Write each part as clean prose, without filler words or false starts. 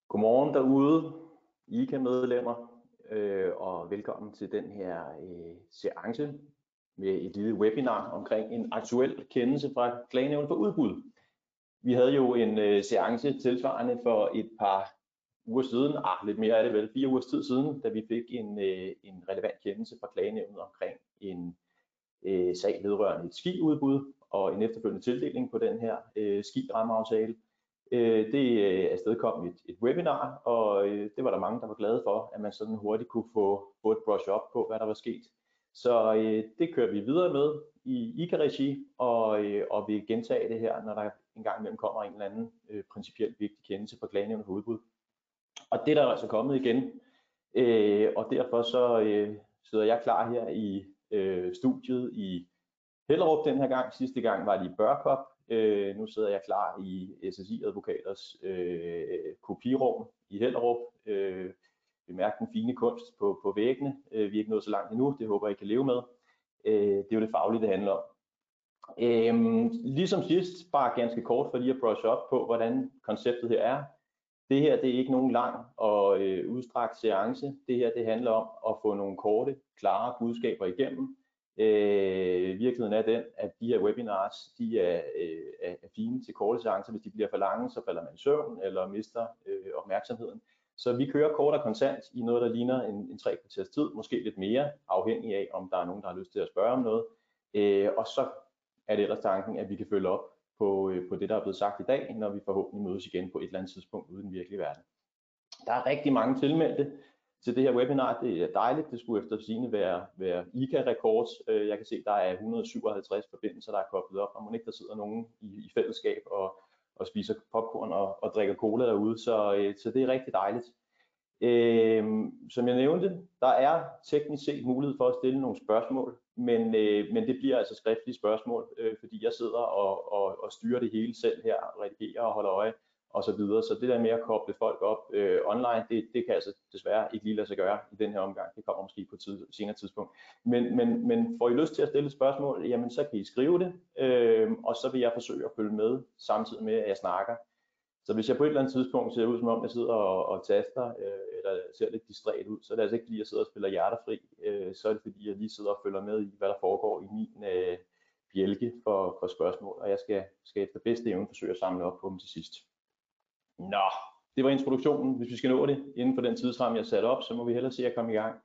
Godmorgen derude, ICA-medlemmer, og velkommen til den her seance med et lille webinar omkring en aktuel kendelse fra Klagenævnet for Udbud. Vi havde jo en seance tilsvarende for et par uger siden, lidt mere er det vel, 4 ugers tid siden, da vi fik en relevant kendelse fra Klagenævnet omkring en sag vedrørende et skiudbud og en efterfølgende tildeling på den her ski-rammeaftale. Det afstedkom et webinar, og det var der mange, der var glade for, at man sådan hurtigt kunne få et brush up på, hvad der var sket. Så det kører vi videre med i ICA-regi, og vi gentage det her, når der engang imellem kommer en eller anden principielt vigtig kendelse fra Klagenævnet for Udbud. Og det er der altså kommet igen, og derfor så sidder jeg klar her i studiet i Hellerup den her gang. Sidste gang var det i Børkop. Nu sidder jeg klar i SSI Advokaters kopirum i Hellerup. Bemærk den fine kunst på væggene. Vi er ikke nået så langt endnu, det håber jeg I kan leve med. Det er jo det faglige, det handler om. Ligesom sidst, bare ganske kort for lige at brush op på, hvordan konceptet her er. Det her det er ikke nogen lang og udstrakt seance. Det her det handler om at få nogle korte, klare budskaber igennem. Virkeligheden er den, at de her webinars, de er fine til korte seancer. Hvis de bliver for lange, så falder man i søvn eller mister opmærksomheden. Så vi kører kort og kontant i noget, der ligner en 3 kvarters tid, måske lidt mere, afhængig af, om der er nogen, der har lyst til at spørge om noget. Og så er det ellers tanken, at vi kan følge op på det, der er blevet sagt i dag, når vi forhåbentlig mødes igen på et eller andet tidspunkt ude i den virkelige verden. Der er rigtig mange tilmeldte til det her webinar. Det er dejligt. Det skulle efter sigende være ICA-rekord. Jeg kan se, der er 157 forbindelser, der er koblet op, og må ikke der sidder nogen i fællesskab og spiser popcorn og drikker cola derude, så det er rigtig dejligt. Som jeg nævnte, der er teknisk set mulighed for at stille nogle spørgsmål, men det bliver altså skriftlige spørgsmål, fordi jeg sidder og styrer det hele selv her, redigerer og holder øje og så videre. Så det der med at koble folk op online, det kan altså desværre ikke lige lade sig gøre i den her omgang. Det kommer måske på et senere tidspunkt. Men får I lyst til at stille et spørgsmål, jamen så kan I skrive det, og så vil jeg forsøge at følge med samtidig med, at jeg snakker. Så hvis jeg på et eller andet tidspunkt ser ud som om jeg sidder og taster, eller ser lidt distræt ud, så er det altså ikke fordi jeg sidder og spiller hjertefri, så er det fordi jeg lige sidder og følger med i, hvad der foregår i min bjælke for spørgsmål, og jeg skal efter bedste evne forsøge at samle op på dem til sidst. Nå, det var introduktionen. Hvis vi skal nå det inden for den tidsramme, jeg satte op, så må vi hellere se at komme i gang.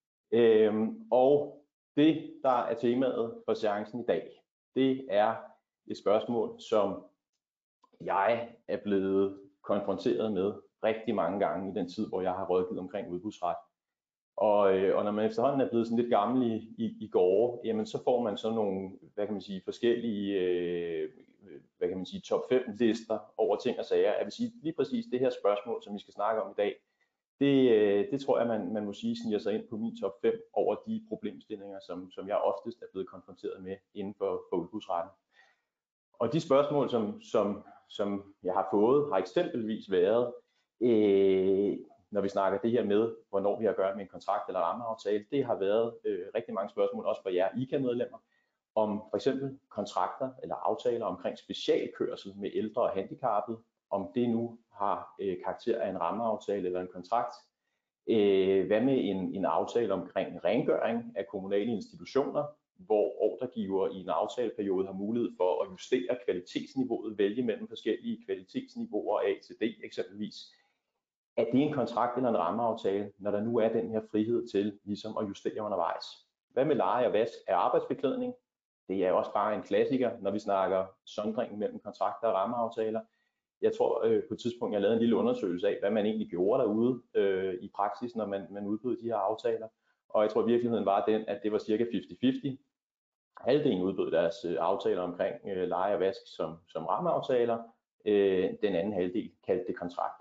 Og det, der er temaet for seancen i dag, det er et spørgsmål, som jeg er blevet konfronteret med rigtig mange gange i den tid, hvor jeg har rådgivet omkring udbudsret. Og når man efterhånden er blevet sådan lidt gammel i gårde, jamen så får man sådan nogle, hvad kan man sige, forskellige, hvad kan man sige, top 5 lister over ting og sager. Jeg vil sige lige præcis det her spørgsmål, som vi skal snakke om i dag, det tror jeg, man må sige sniger sig ind på min top 5 over de problemstillinger, som jeg oftest er blevet konfronteret med inden for udbudsretten. Og de spørgsmål, som jeg har fået, har eksempelvis været, når vi snakker det her med, hvornår vi har at gøre med en kontrakt eller rammeaftale. Det har været rigtig mange spørgsmål, også fra jer ICA-medlemmer, om for eksempel kontrakter eller aftaler omkring specialkørsel med ældre og handicappede, om det nu har karakter af en rammeaftale eller en kontrakt. Hvad med en aftale omkring rengøring af kommunale institutioner, hvor ordregiver i en aftaleperiode har mulighed for at justere kvalitetsniveauet, vælge mellem forskellige kvalitetsniveauer A til D eksempelvis. Er det en kontrakt eller en rammeaftale, når der nu er den her frihed til ligesom at justere undervejs? Hvad med leje og vask af arbejdsbeklædning? Det er også bare en klassiker, når vi snakker sondringen mellem kontrakter og rammeaftaler. Jeg tror på et tidspunkt, jeg lavede en lille undersøgelse af, hvad man egentlig gjorde derude i praksis, når man udbød de her aftaler. Og jeg tror virkeligheden var den, at det var cirka 50-50. Halvdelen udbød deres aftaler omkring leje og vask som rammeaftaler. Den anden halvdel kaldte det kontrakter.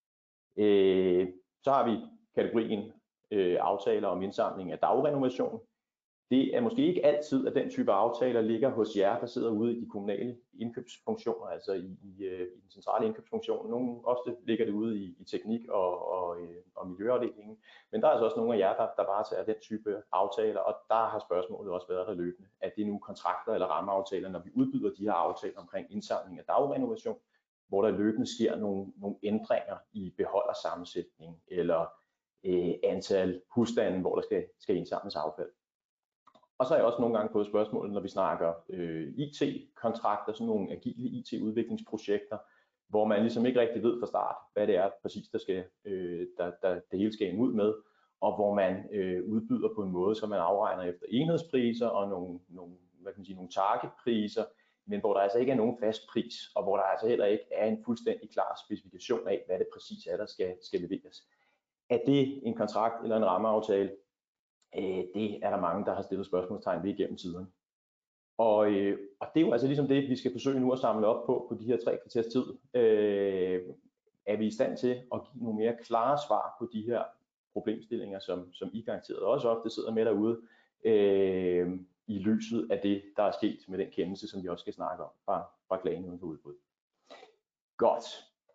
Så har vi kategorien aftaler om indsamling af dagrenovation. Det er måske ikke altid, at den type aftaler ligger hos jer, der sidder ude i de kommunale indkøbsfunktioner, altså i den centrale indkøbsfunktion. Nogle ofte ligger det ude i teknik og miljøafdelingen, men der er altså også nogle af jer, der bare tager den type aftaler, og der har spørgsmålet også været der løbende. Er det nu kontrakter eller rammeaftaler, når vi udbyder de her aftaler omkring indsamling af dagrenovation? hvor der løbende sker nogle ændringer i beholdersammensætning eller antal husstande, hvor der skal indsamles affald. Og så har jeg også nogle gange fået spørgsmål, når vi snakker IT-kontrakter, sådan nogle agile IT-udviklingsprojekter, hvor man ligesom ikke rigtig ved fra start, hvad det er præcis, det hele skal ende ud med, og hvor man udbyder på en måde, så man afregner efter enhedspriser og nogle targetpriser, men hvor der altså ikke er nogen fast pris, og hvor der altså heller ikke er en fuldstændig klar specifikation af, hvad det præcis er, der skal leveres. Er det en kontrakt eller en rammeaftale? Det er der mange, der har stillet spørgsmålstegn ved igennem tiderne. Og det er jo altså ligesom det, vi skal forsøge nu at samle op på de her 3 kvarters tid. Er vi i stand til at give nogle mere klare svar på de her problemstillinger, som I garanteret også ofte sidder med derude, i lyset af det, der er sket med den kendelse, som vi også skal snakke om fra Klagenævnet for Udbud. Godt.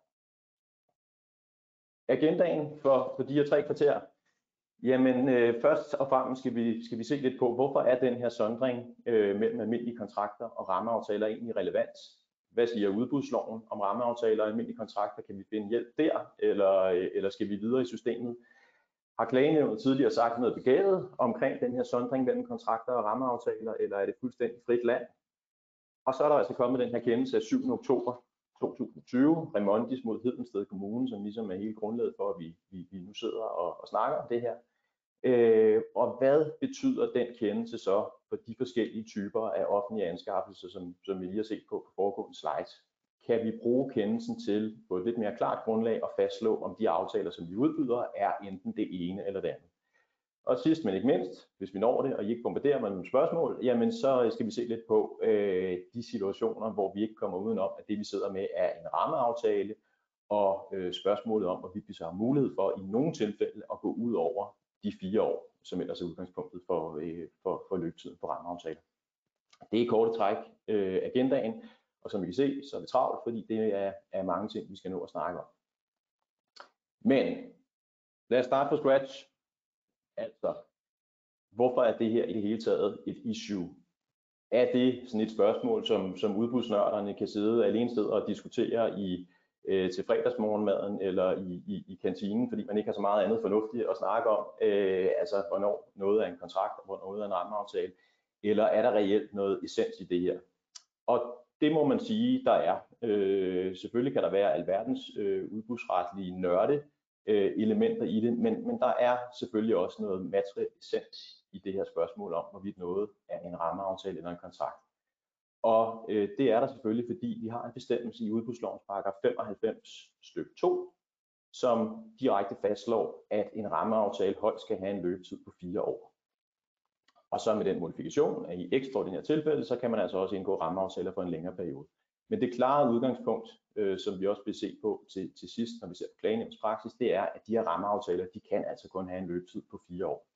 Agendaen for de her 3 kvarter. Jamen først og fremmest skal vi se lidt på, hvorfor er den her sondring mellem almindelige kontrakter og rammeaftaler egentlig relevant? Hvad siger udbudsloven om rammeaftaler og almindelige kontrakter? Kan vi finde hjælp der, eller skal vi videre i systemet? Har Klagenævnet tidligere sagt noget begavet omkring den her sondring mellem kontrakter og rammeaftaler, eller er det fuldstændig frit land? Og så er der altså kommet den her kendelse af 7. oktober 2020, Remondis mod Hedensted Kommune, som ligesom er hele grundlaget for, at vi nu sidder og snakker om det her. Og hvad betyder den kendelse så for de forskellige typer af offentlige anskaffelser, som vi lige har set på foregående slide? Kan vi bruge kendelsen til på et lidt mere klart grundlag at fastslå, om de aftaler, som vi udbyder, er enten det ene eller det andet? Og sidst men ikke mindst, hvis vi når det, og I ikke bombarderer med nogle spørgsmål, jamen så skal vi se lidt på de situationer, hvor vi ikke kommer udenom, at det vi sidder med er en rammeaftale, og spørgsmålet om, hvorvidt vi så har mulighed for i nogle tilfælde at gå ud over de 4 år, som ellers er udgangspunktet for løbetiden på rammeaftaler. Det er korte træk agendaen, og som I kan se, så er det travlt, fordi det er mange ting, vi skal nå at snakke om. Men lad os starte på scratch. Altså, hvorfor er det her i det hele taget et issue? Er det sådan et spørgsmål, som udbudsnørderne kan sidde alene og diskutere til fredagsmorgenmaden eller i kantinen, fordi man ikke har så meget andet fornuftigt at snakke om, altså hvornår noget er en kontrakt og hvornår noget er en rammeaftale, eller er der reelt noget essens i det her? Og det må man sige, der er. Selvfølgelig kan der være alverdens udbudsretlige nørde elementer i det, men der er selvfølgelig også noget materiel essens i det her spørgsmål om, hvorvidt noget er en rammeaftale eller en kontrakt. Og det er der selvfølgelig, fordi vi har en bestemmelse i udbudslovens paragraf 95 stykke 2, som direkte fastslår, at en rammeaftale højst skal have en løbetid på 4 år. Og så med den modifikation, at i ekstraordinære tilfælde, så kan man altså også indgå rammeaftaler for en længere periode. Men det klare udgangspunkt, som vi også vil se på til sidst, når vi ser på Klagenævnets praksis, det er, at de her rammeaftaler, de kan altså kun have en løbetid på 4 år.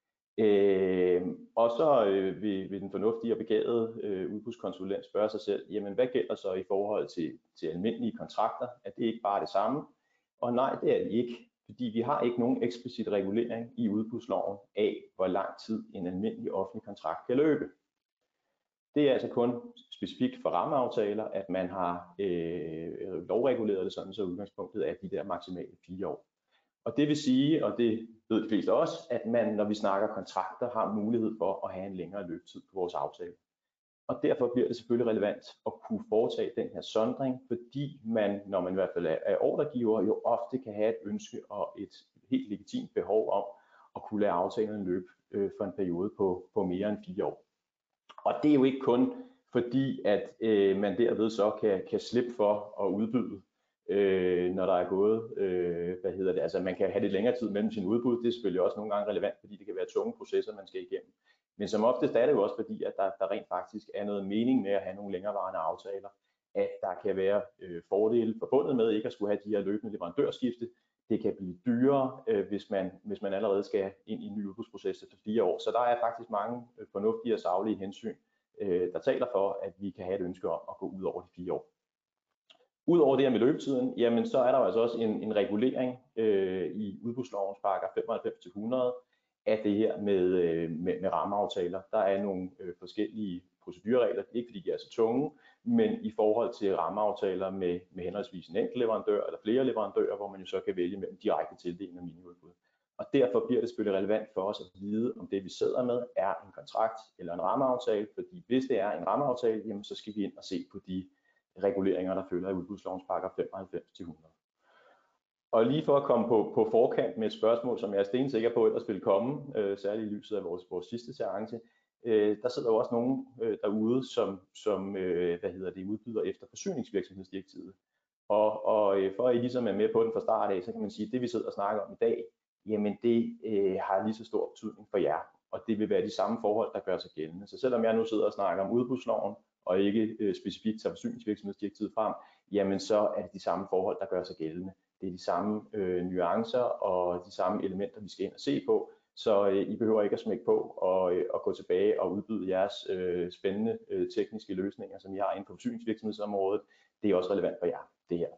Og så vil den fornuftige og begavede udbudskonsulent spørge sig selv, jamen hvad gælder så i forhold til almindelige kontrakter? Er det ikke bare det samme? Og nej, det er det ikke, fordi vi har ikke nogen eksplicit regulering i udbudsloven af, hvor lang tid en almindelig offentlig kontrakt kan løbe. Det er altså kun specifikt for rammeaftaler, at man har lovreguleret det sådan, så udgangspunktet er de der maksimale 4 år. Og det vil sige, og det ved de fleste også, at man, når vi snakker kontrakter, har mulighed for at have en længere løbetid på vores aftale. Og derfor bliver det selvfølgelig relevant at kunne foretage den her sondring, fordi man, når man i hvert fald er ordregiver, jo ofte kan have et ønske og et helt legitimt behov om at kunne lade aftalerne løbe for en periode på mere end 4 år. Og det er jo ikke kun fordi, at man derved så kan slippe for at udbyde, når der er gået, altså man kan have det længere tid mellem sin udbud. Det er selvfølgelig også nogle gange relevant, fordi det kan være tunge processer, man skal igennem. Men som oftest er det jo også fordi, at der rent faktisk er noget mening med at have nogle længerevarende aftaler, at der kan være fordele forbundet med ikke at skulle have de her løbende leverandørskifte. Det kan blive dyrere, hvis man allerede skal ind i en ny udbudsproces efter 4 år. Så der er faktisk mange fornuftige og saglige hensyn, der taler for, at vi kan have et ønske om at gå ud over de 4 år. Udover det her med løbetiden, jamen så er der jo altså også en regulering i udbudslovens paragraf 95-100 af det her med rammeaftaler. Der er nogle forskellige procedureregler, ikke fordi de er så tunge, men i forhold til rammeaftaler med henholdsvis en enkelt leverandør eller flere leverandører, hvor man jo så kan vælge mellem direkte tildeling og miniudbud. Og derfor bliver det selvfølgelig relevant for os at vide, om det vi sidder med er en kontrakt eller en rammeaftale, fordi hvis det er en rammeaftale, jamen så skal vi ind og se på de reguleringer, der følger af udbudslovens paragraf 95-100. Og lige for at komme på forkant med et spørgsmål, som jeg er stensikker på ellers vil komme, særligt i lyset af vores sidste seance, der sidder jo også nogen derude, som udbyder efter forsyningsvirksomhedsdirektivet. Og for at I ligesom er med på den fra start af, så kan man sige, at det vi sidder og snakker om i dag, jamen det har lige så stor betydning for jer, og det vil være de samme forhold, der gør sig gældende. Så selvom jeg nu sidder og snakker om udbudsloven, og ikke specifikt tager forsyningsvirksomhedsdirektivet frem, jamen så er det de samme forhold, der gør sig gældende. Det er de samme nuancer og de samme elementer, vi skal ind og se på, så I behøver ikke at smække på og gå tilbage og udbyde jeres spændende tekniske løsninger, som I har inden for forsyningsvirksomhedsområdet. Det er også relevant for jer, det her.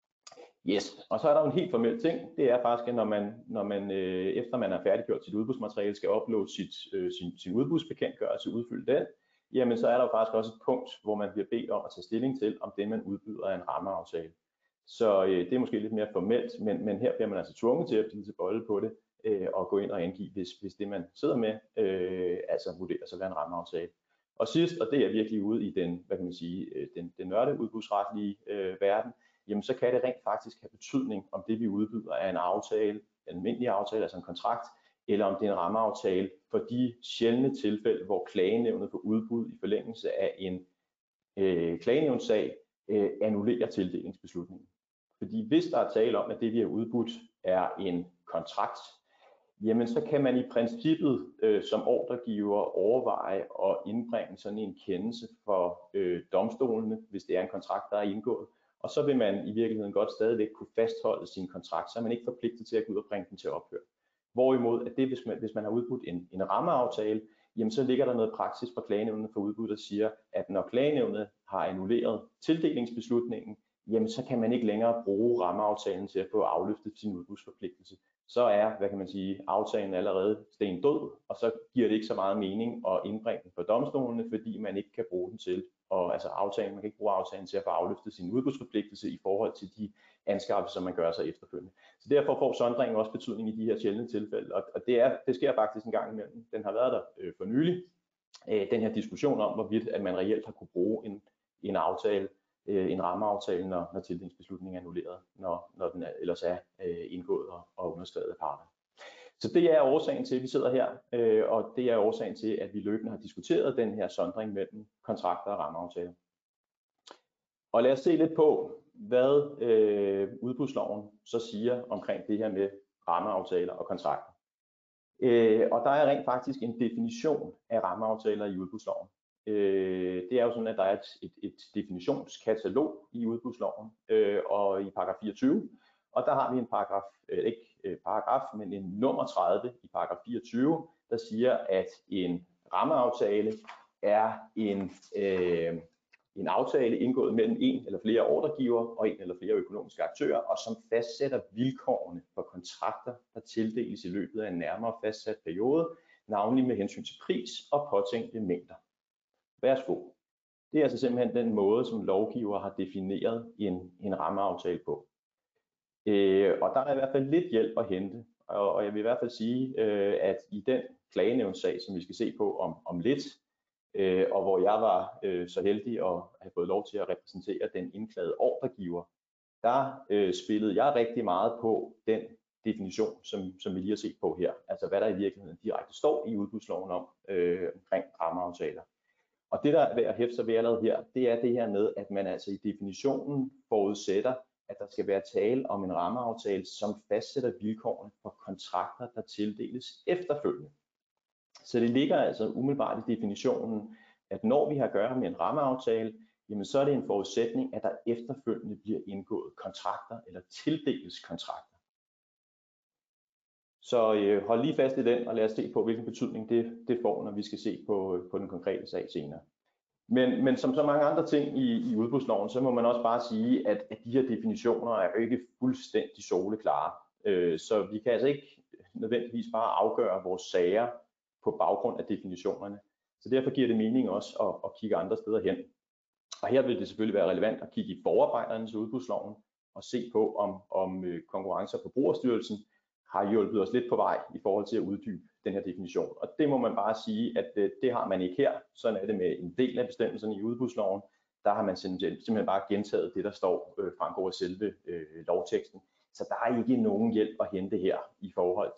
Yes, og så er der jo en helt formel ting. Det er faktisk, at når man efter man har færdiggjort sit udbudsmateriale, skal uploade sin udbudsbekendtgørelse, udfylde den, jamen så er der jo faktisk også et punkt, hvor man bliver bedt om at tage stilling til, om det man udbyder er en rammeaftale. Så det er måske lidt mere formelt, men her bliver man altså tvunget til at blive til bolle på det og gå ind og angive, hvis det man sidder med altså vurderes at være en rammeaftale. Og sidst, og det er virkelig ude i den, hvad kan man sige, den nørdeudbudsretlige verden, jamen så kan det rent faktisk have betydning, om det vi udbyder er en aftale, en almindelig aftale, altså en kontrakt, eller om det er en rammeaftale for de sjældne tilfælde, hvor klagenævnet for udbud i forlængelse af en klagenævnssag annullerer tildelingsbeslutningen. Fordi hvis der er tale om, at det vi har udbudt er en kontrakt, jamen så kan man i princippet som ordregiver overveje at indbringe sådan en kendelse for domstolene, hvis det er en kontrakt, der er indgået. Og så vil man i virkeligheden godt stadigvæk kunne fastholde sin kontrakt, så er man ikke forpligtet til at gå ud og bringe den til ophør. Hvorimod at det, hvis man har udbudt en rammeaftale, jamen så ligger der noget praksis fra klagenævnet for udbud, der siger, at når klagenævnet har annulleret tildelingsbeslutningen, jamen så kan man ikke længere bruge rammeaftalen til at få afløftet sin udbudsforpligtelse. Så er, hvad kan man sige, aftalen allerede stendød, og så giver det ikke så meget mening at indbringe den for domstolene, fordi man ikke kan bruge den til, og altså man kan ikke bruge aftalen til at få afløftet sin udbudsforpligtelse i forhold til de anskaffelser, som man gør sig efterfølgende. Så derfor får sondringen også betydning i de her sjældne tilfælde, og det sker faktisk en gang imellem. Den har været der for nylig, den her diskussion om, hvorvidt at man reelt har kunne bruge en aftale, en rammeaftale, når tildelingsbeslutningen er annulleret, når den ellers er indgået og underskrevet af parterne. Så det er årsagen til, at vi sidder her, og det er årsagen til, at vi løbende har diskuteret den her sondring mellem kontrakter og rammeaftaler. Og lad os se lidt på, hvad udbudsloven så siger omkring det her med rammeaftaler og kontrakter. Og der er rent faktisk en definition af rammeaftaler i udbudsloven. Det er jo sådan, at der er et definitionskatalog i udbudsloven og i paragraf 24, og der har vi en men en nummer 30 i paragraf 24, der siger, at en rammeaftale er en aftale indgået mellem en eller flere ordregiver og en eller flere økonomiske aktører, og som fastsætter vilkårene for kontrakter, der tildeles i løbet af en nærmere fastsat periode, navnlig med hensyn til pris og påtænkte mængder. Værsgo. Det er altså simpelthen den måde, som lovgiver har defineret en rammeaftale på. Og der er i hvert fald lidt hjælp at hente, og jeg vil i hvert fald sige, at i den klagenævnssag, som vi skal se på om lidt, og hvor jeg var så heldig at have fået lov til at repræsentere den indklagede ordregiver, der spillede jeg rigtig meget på den definition, som vi lige har set på her, altså hvad der i virkeligheden direkte står i udbudsloven omkring rammeaftaler. Og det der er ved at hæfte sig ved allerede her, det er det her med, at man altså i definitionen forudsætter, at der skal være tale om en rammeaftale, som fastsætter vilkårene for kontrakter, der tildeles efterfølgende. Så det ligger altså umiddelbart i definitionen, at når vi har at gøre med en rammeaftale, jamen så er det en forudsætning, at der efterfølgende bliver indgået kontrakter eller tildeles kontrakter. Så hold lige fast i den, og lad os se på, hvilken betydning det får, når vi skal se på den konkrete sag senere. Men som så mange andre ting i udbudsloven, så må man også bare sige, at de her definitioner er jo ikke fuldstændig soleklare. Så vi kan altså ikke nødvendigvis bare afgøre vores sager på baggrund af definitionerne. Så derfor giver det mening også at kigge andre steder hen. Og her vil det selvfølgelig være relevant at kigge i forarbejderne til udbudsloven og se på, om Konkurrence- og Forbrugerstyrelsen har hjulpet os lidt på vej i forhold til at uddybe den her definition. Og det må man bare sige, at det har man ikke her. Sådan er det med en del af bestemmelserne i udbudsloven. Der har man simpelthen bare gentaget det, der fremgår af selve lovteksten. Så der er ikke nogen hjælp at hente her i forhold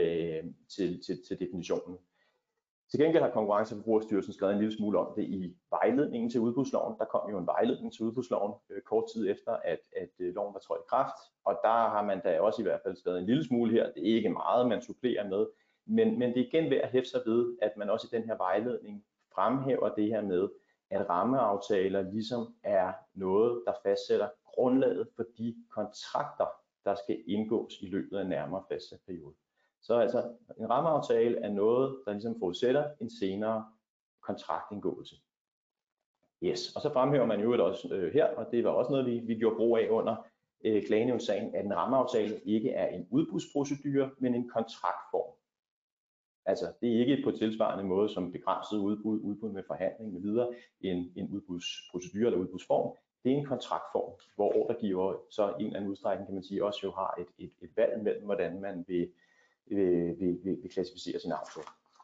til definitionen. Til gengæld har Konkurrence- og Forbrugerstyrelsen skrevet en lille smule om det i vejledningen til udbudsloven. Der kom jo en vejledning til udbudsloven kort tid efter, at loven var trådt i kraft. Og der har man da også i hvert fald skrevet en lille smule her. Det er ikke meget, man supplerer med. Men det er igen værd at hæfte sig ved, at man også i den her vejledning fremhæver det her med, at rammeaftaler ligesom er noget, der fastsætter grundlaget for de kontrakter, der skal indgås i løbet af en nærmere fastsat periode. Så altså en rammeaftale er noget, der ligesom forudsætter en senere kontraktindgåelse. Yes, og så fremhæver man jo også her, og det var også noget, vi gjorde brug af under klagenævnssagen, at en rammeaftale ikke er en udbudsprocedure, men en kontraktform. Altså det er ikke på tilsvarende måde som begrænset udbud med forhandling med videre, en udbudsprocedure eller udbudsform. Det er en kontraktform, hvor ordregiver så i en eller anden udstrækning, kan man sige, også jo har et valg mellem, hvordan man vil klassificere sin aftale.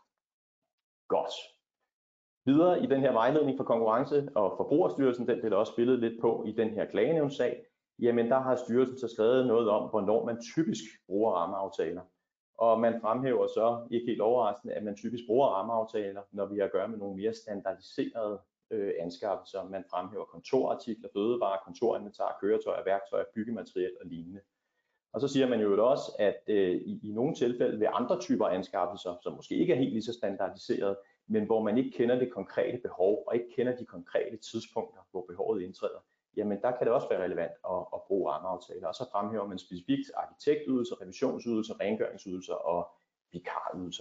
Godt. Videre i den her vejledning for Konkurrence- og Forbrugerstyrelsen, den bliver der også spillet lidt på i den her klagenævnssag, jamen der har styrelsen så skrevet noget om, hvornår man typisk bruger rammeaftaler. Og man fremhæver så, ikke helt overraskende, at man typisk bruger rammeaftaler, når vi har at gøre med nogle mere standardiserede anskaffelser. Man fremhæver kontorartikler, fødevarer, kontorinventar, køretøjer, værktøjer, byggemateriel og lignende. Og så siger man jo også, at i nogle tilfælde ved andre typer anskaffelser, som måske ikke er helt lige så standardiseret, men hvor man ikke kender det konkrete behov og ikke kender de konkrete tidspunkter, hvor behovet indtræder, jamen der kan det også være relevant at bruge rammeaftaler. Og så fremhæver man specifikt arkitektydelser, revisionsydelser, rengøringsydelser og vikarydelser.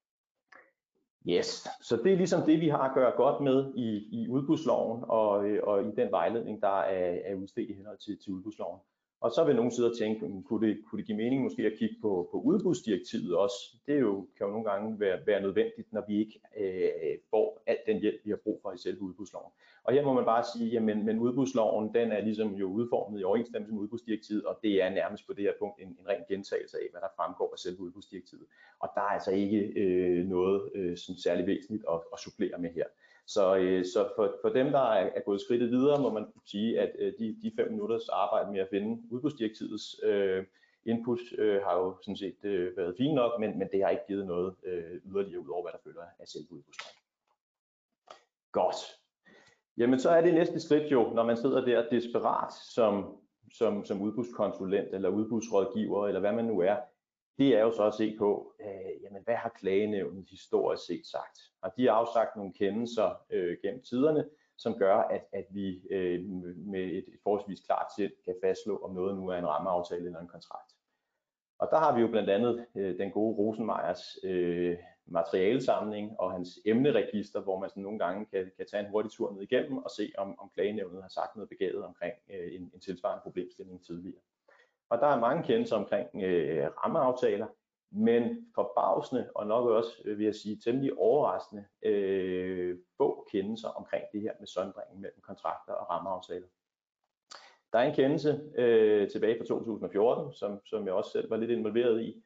Yes, så det er ligesom det, vi har at gøre godt med i udbudsloven og i den vejledning, der er udstedt i henhold til udbudsloven. Og så vil nogen sidde og tænke, kunne det give mening måske at kigge på udbudsdirektivet også? Det kan jo nogle gange være nødvendigt, når vi ikke får al den hjælp, vi har brug for i selve udbudsloven. Og her må man bare sige, men udbudsloven, den er ligesom jo udformet i overensstemmelse med udbudsdirektivet, og det er nærmest på det her punkt en ren gentagelse af, hvad der fremgår af selve udbudsdirektivet. Og der er altså ikke noget sådan særlig væsentligt at supplere med her. Så for dem, der er gået skridtet videre, må man sige, at de 5 minutters arbejde med at finde udbudsdirektivets input har jo sådan set været fint nok, men det har ikke givet noget yderligere ud over, hvad der følger af selve udbudsloven. Godt. Jamen så er det næste skridt jo, når man sidder der desperat som udbudskonsulent eller udbudsrådgiver, eller hvad man nu er, det er jo så at se på, jamen, hvad har klagenævnet historisk set sagt? Og de har afsagt nogle kendelser gennem tiderne, som gør, at vi med et forholdsvis klart sind kan fastslå, om noget nu er en rammeaftale eller en kontrakt. Og der har vi jo blandt andet den gode Rosenmeyers materialesamling og hans emneregister, hvor man sådan nogle gange kan tage en hurtig tur ned igennem og se, om klagenævnet har sagt noget begavet omkring en tilsvarende problemstilling tidligere. Og der er mange kendelser omkring rammeaftaler, men forbavsende og nok også, vil jeg sige, temmelig overraskende få kendelser omkring det her med sondringen mellem kontrakter og rammeaftaler. Der er en kendelse tilbage fra 2014, som jeg også selv var lidt involveret i,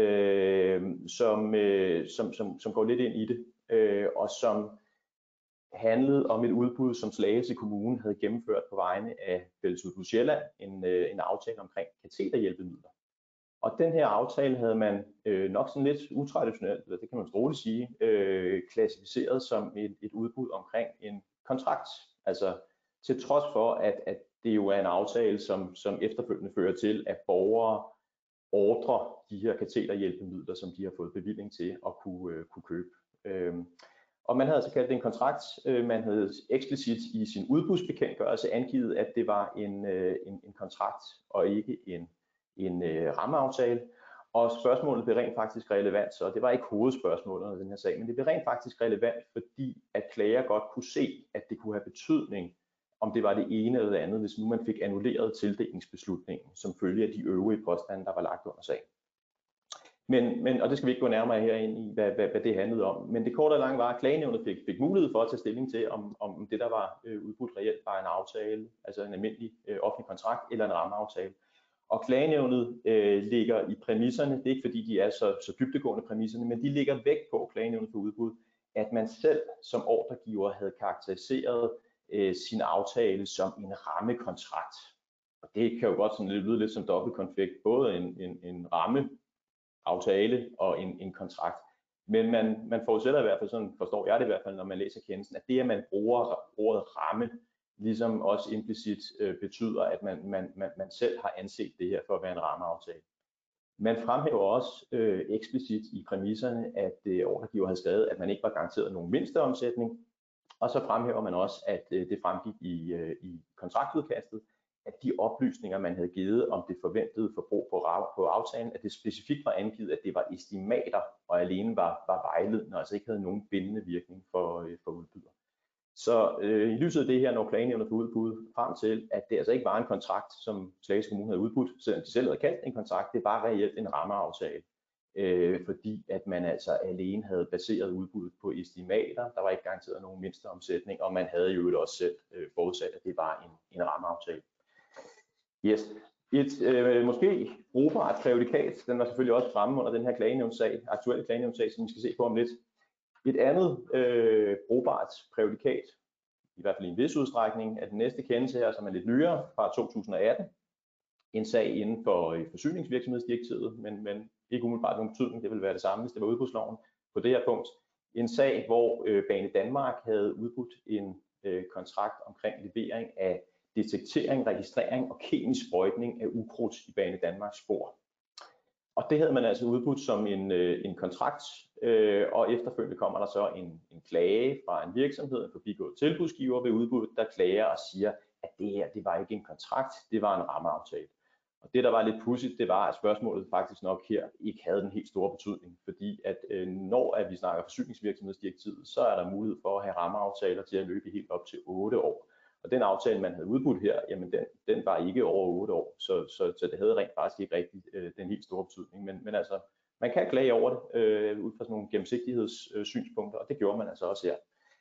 som går lidt ind i det, og som handlede om et udbud, som Slagelse Kommune havde gennemført på vegne af Fællesudbud Sjælland, en aftale omkring kateterhjælpemidler. Og den her aftale havde man nok sådan lidt utraditionelt, det kan man roligt sige, klassificeret som et udbud omkring en kontrakt. Altså til trods for, at det jo er en aftale, som efterfølgende fører til, at borgere ordrer de her kateterhjælpemidler, som de har fået bevilling til at kunne købe. Og man havde altså kaldt det en kontrakt. Man havde eksplicit i sin udbudsbekendtgørelse angivet, at det var en kontrakt og ikke en rammeaftale. Og spørgsmålet blev rent faktisk relevant, så det var ikke hovedspørgsmålet i den her sag, men det blev rent faktisk relevant, fordi at klager godt kunne se, at det kunne have betydning, om det var det ene eller det andet, hvis nu man fik annulleret tildelingsbeslutningen som følge af de øvrige påstande, der var lagt under sagen. og det skal vi ikke gå nærmere herind i, hvad det handlede om. Men det korte og lange var, at klagenævnet fik mulighed for at tage stilling til, om det, der var udbudt reelt, var en aftale, altså en almindelig offentlig kontrakt eller en rammeaftale. Og klagenævnet ligger i præmisserne, det er ikke fordi de er så dybdegående præmisserne, men de ligger vægt på, klagenævnet for udbud, at man selv som ordregiver havde karakteriseret sin aftale som en rammekontrakt. Og det kan jo godt sådan lyde lidt som dobbeltkonfekt, både en rammeaftale og en kontrakt. Men man forudsætter i hvert fald, sådan forstår jeg det i hvert fald, når man læser kendelsen, at det, at man bruger ordet ramme, ligesom også implicit betyder, at man selv har anset det her for at være en rammeaftale. Man fremhæver også eksplicit i præmisserne, at ordregiver havde skrevet, at man ikke var garanteret nogen mindsteomsætning, og så fremhæver man også, at det fremgik i kontraktudkastet, at de oplysninger, man havde givet om det forventede forbrug på aftalen, at det specifikt var angivet, at det var estimater og alene var vejledende, og altså ikke havde nogen bindende virkning for udbyder. Så i lyset af det her når klagenævnet for udbud frem til, at det altså ikke var en kontrakt, som Slagelse Kommune havde udbudt, selvom de selv havde kaldt en kontrakt, det var reelt en rammeaftale, fordi at man altså alene havde baseret udbuddet på estimater, der var ikke garanteret nogen mindsteomsætning, og man havde jo også selv forudsat, at det var en rammeaftale. Yes. Et måske brugbart præjudikat, den var selvfølgelig også fremme under den her klagenævnssag, aktuelle klagenævnssag, som vi skal se på om lidt. Et andet brugbart præjudikat, i hvert fald i en vis udstrækning, er den næste kendelse her, som er lidt nyere fra 2018. En sag inden for forsyningsvirksomhedsdirektivet, men ikke umiddelbart nogen betydning, det ville være det samme, hvis det var udbudsloven på det her punkt. En sag, hvor Banedanmark havde udbudt en kontrakt omkring levering af detektering, registrering og kemisk sprøjtning af ukrudt i Banedanmarks spor. Og det havde man altså udbudt som en kontrakt, og efterfølgende kommer der så en klage fra en virksomhed, en forbigået tilbudsgiver ved udbuddet, der klager og siger, at det her, det var ikke en kontrakt, det var en rammeaftale. Og det, der var lidt pudsigt, det var, at spørgsmålet faktisk nok her ikke havde den helt store betydning, fordi at når vi snakker forsyningsvirksomhedsdirektivet, så er der mulighed for at have rammeaftaler til at løbe helt op til 8 år. Og den aftale, man havde udbudt her, jamen den var ikke over 8 år, så det havde rent faktisk ikke rigtig den helt store betydning. Men altså, man kan klage over det ud fra sådan nogle gennemsigtighedssynspunkter, og det gjorde man altså også her.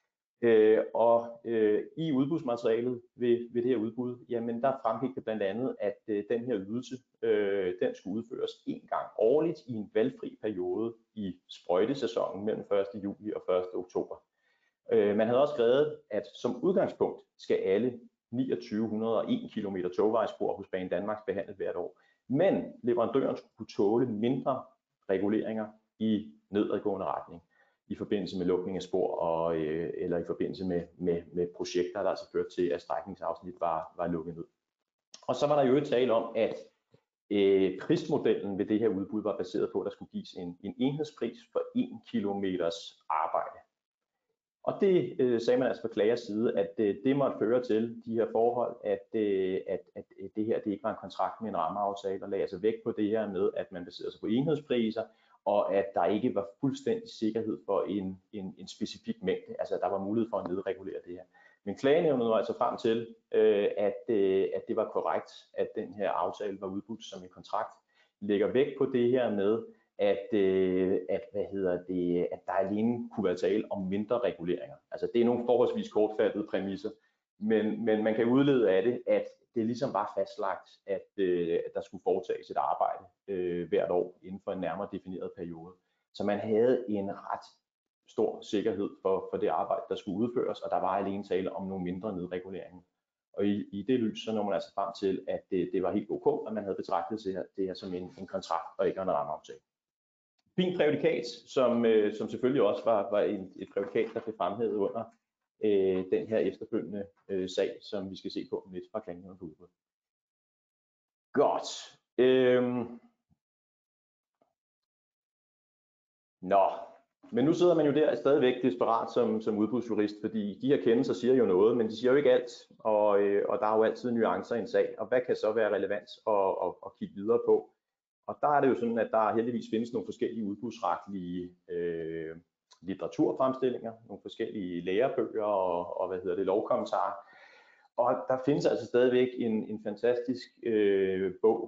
I udbudsmaterialet ved det her udbud, jamen der fremgik det blandt andet, at den her ydelse, den skulle udføres en gang årligt i en valgfri periode i sprøjtesæsonen mellem 1. juli og 1. oktober. Man havde også skrevet, at som udgangspunkt skal alle 2901 km togvejsspor hos Banedanmark behandlet hvert år. Men leverandøren skulle kunne tåle mindre reguleringer i nedadgående retning i forbindelse med lukning af spor eller i forbindelse med projekter, der altså førte til, at strækningsafsnit var lukket ned. Og så var der jo et tale om, at prismodellen ved det her udbud var baseret på, at der skulle gives en enhedspris for 1 kilometers arbejde. Og det sagde man altså fra klagers side, at det måtte føre til de her forhold, at det her det ikke var en kontrakt med en rammeaftale, og lagde altså vægt på det her med, at man baserede sig på enhedspriser, og at der ikke var fuldstændig sikkerhed for en specifik mængde, altså der var mulighed for at nedregulere det her. Men klagenævnet var altså frem til, at det var korrekt, at den her aftale var udbudt som en kontrakt, lægger vægt på det her med, at der alene kunne være tale om mindre reguleringer. Altså det er nogle forholdsvis kortfattede præmisser, men man kan udlede af det, at det ligesom var fastlagt, at der skulle foretages et arbejde hvert år inden for en nærmere defineret periode. Så man havde en ret stor sikkerhed for det arbejde, der skulle udføres, og der var alene tale om nogle mindre nedreguleringer. Og i det lys, så når man altså frem til, at det var helt ok, at man havde betragtet det her som en kontrakt og ikke en rammeaftale. Fint præjudikat, som selvfølgelig også var et præjudikat, der blev fremhævet under den her efterfølgende sag, som vi skal se på lidt fra klagenævnet for udbud. Godt. Men nu sidder man jo der stadigvæk desperat som udbudsjurist, fordi de her kendelser siger jo noget, men de siger jo ikke alt, og der er jo altid nuancer i en sag, og hvad kan så være relevant at kigge videre på? Og der er det jo sådan, at der heldigvis findes nogle forskellige udbudsretlige litteraturfremstillinger, nogle forskellige lærebøger og lovkommentarer. Og der findes altså stadigvæk en fantastisk bog,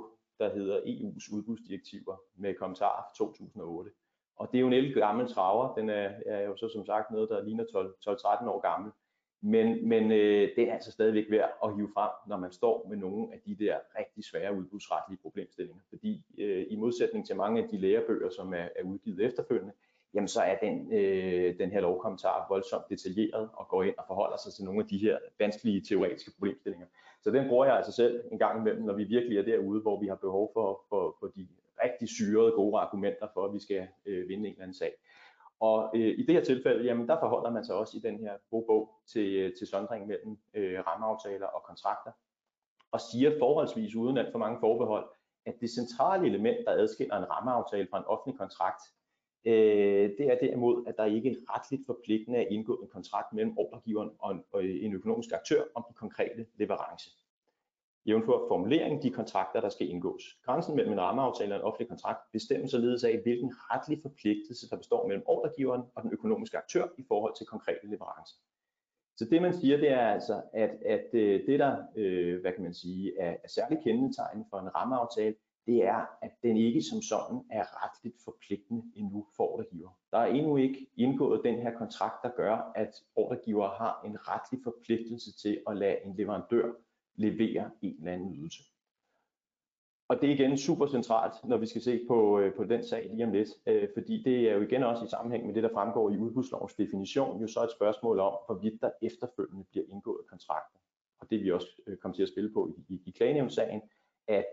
der hedder EU's udbudsdirektiver med kommentarer fra 2008. Og det er jo en ældre gammel traver, den er jo så som sagt noget, der ligner 12-13 år gammel. Men det er altså stadigvæk værd at hive frem, når man står med nogle af de der rigtig svære udbudsretlige problemstillinger. Fordi i modsætning til mange af de lærebøger, som er udgivet efterfølgende, jamen så er den her lovkommentar voldsomt detaljeret og går ind og forholder sig til nogle af de her vanskelige teoretiske problemstillinger. Så den bruger jeg altså selv en gang imellem, når vi virkelig er derude, hvor vi har behov for de rigtig syrede gode argumenter for, at vi skal vinde en eller anden sag. Og i det her tilfælde, jamen der forholder man sig også i den her gode bog til sondringen mellem rammeaftaler og kontrakter, og siger forholdsvis uden alt for mange forbehold, at det centrale element, der adskiller en rammeaftale fra en offentlig kontrakt, det er derimod, at der ikke er retligt forpligtende at indgå en kontrakt mellem ordregiveren og en økonomisk aktør om den konkrete leverance. Jævnfør formuleringen de kontrakter, der skal indgås. Grænsen mellem en rammeaftale og en offentlig kontrakt bestemmer således af, hvilken retlig forpligtelse, der består mellem ordregiveren og den økonomiske aktør i forhold til konkrete leverancer. Så det man siger, det er altså, at det der, hvad kan man sige, er særligt kendetegn for en rammeaftale, det er, at den ikke som sådan er retligt forpligtende endnu for ordregiver. Der er endnu ikke indgået den her kontrakt, der gør, at ordregiver har en retlig forpligtelse til at lade en leverandør levere en eller anden ydelse. Og det er igen super centralt, når vi skal se på den sag lige om lidt, fordi det er jo igen også i sammenhæng med det, der fremgår i udbudslovens definition, jo så et spørgsmål om, hvorvidt der efterfølgende bliver indgået kontrakter. Og det vi også kommer til at spille på i klagenævnssagen, at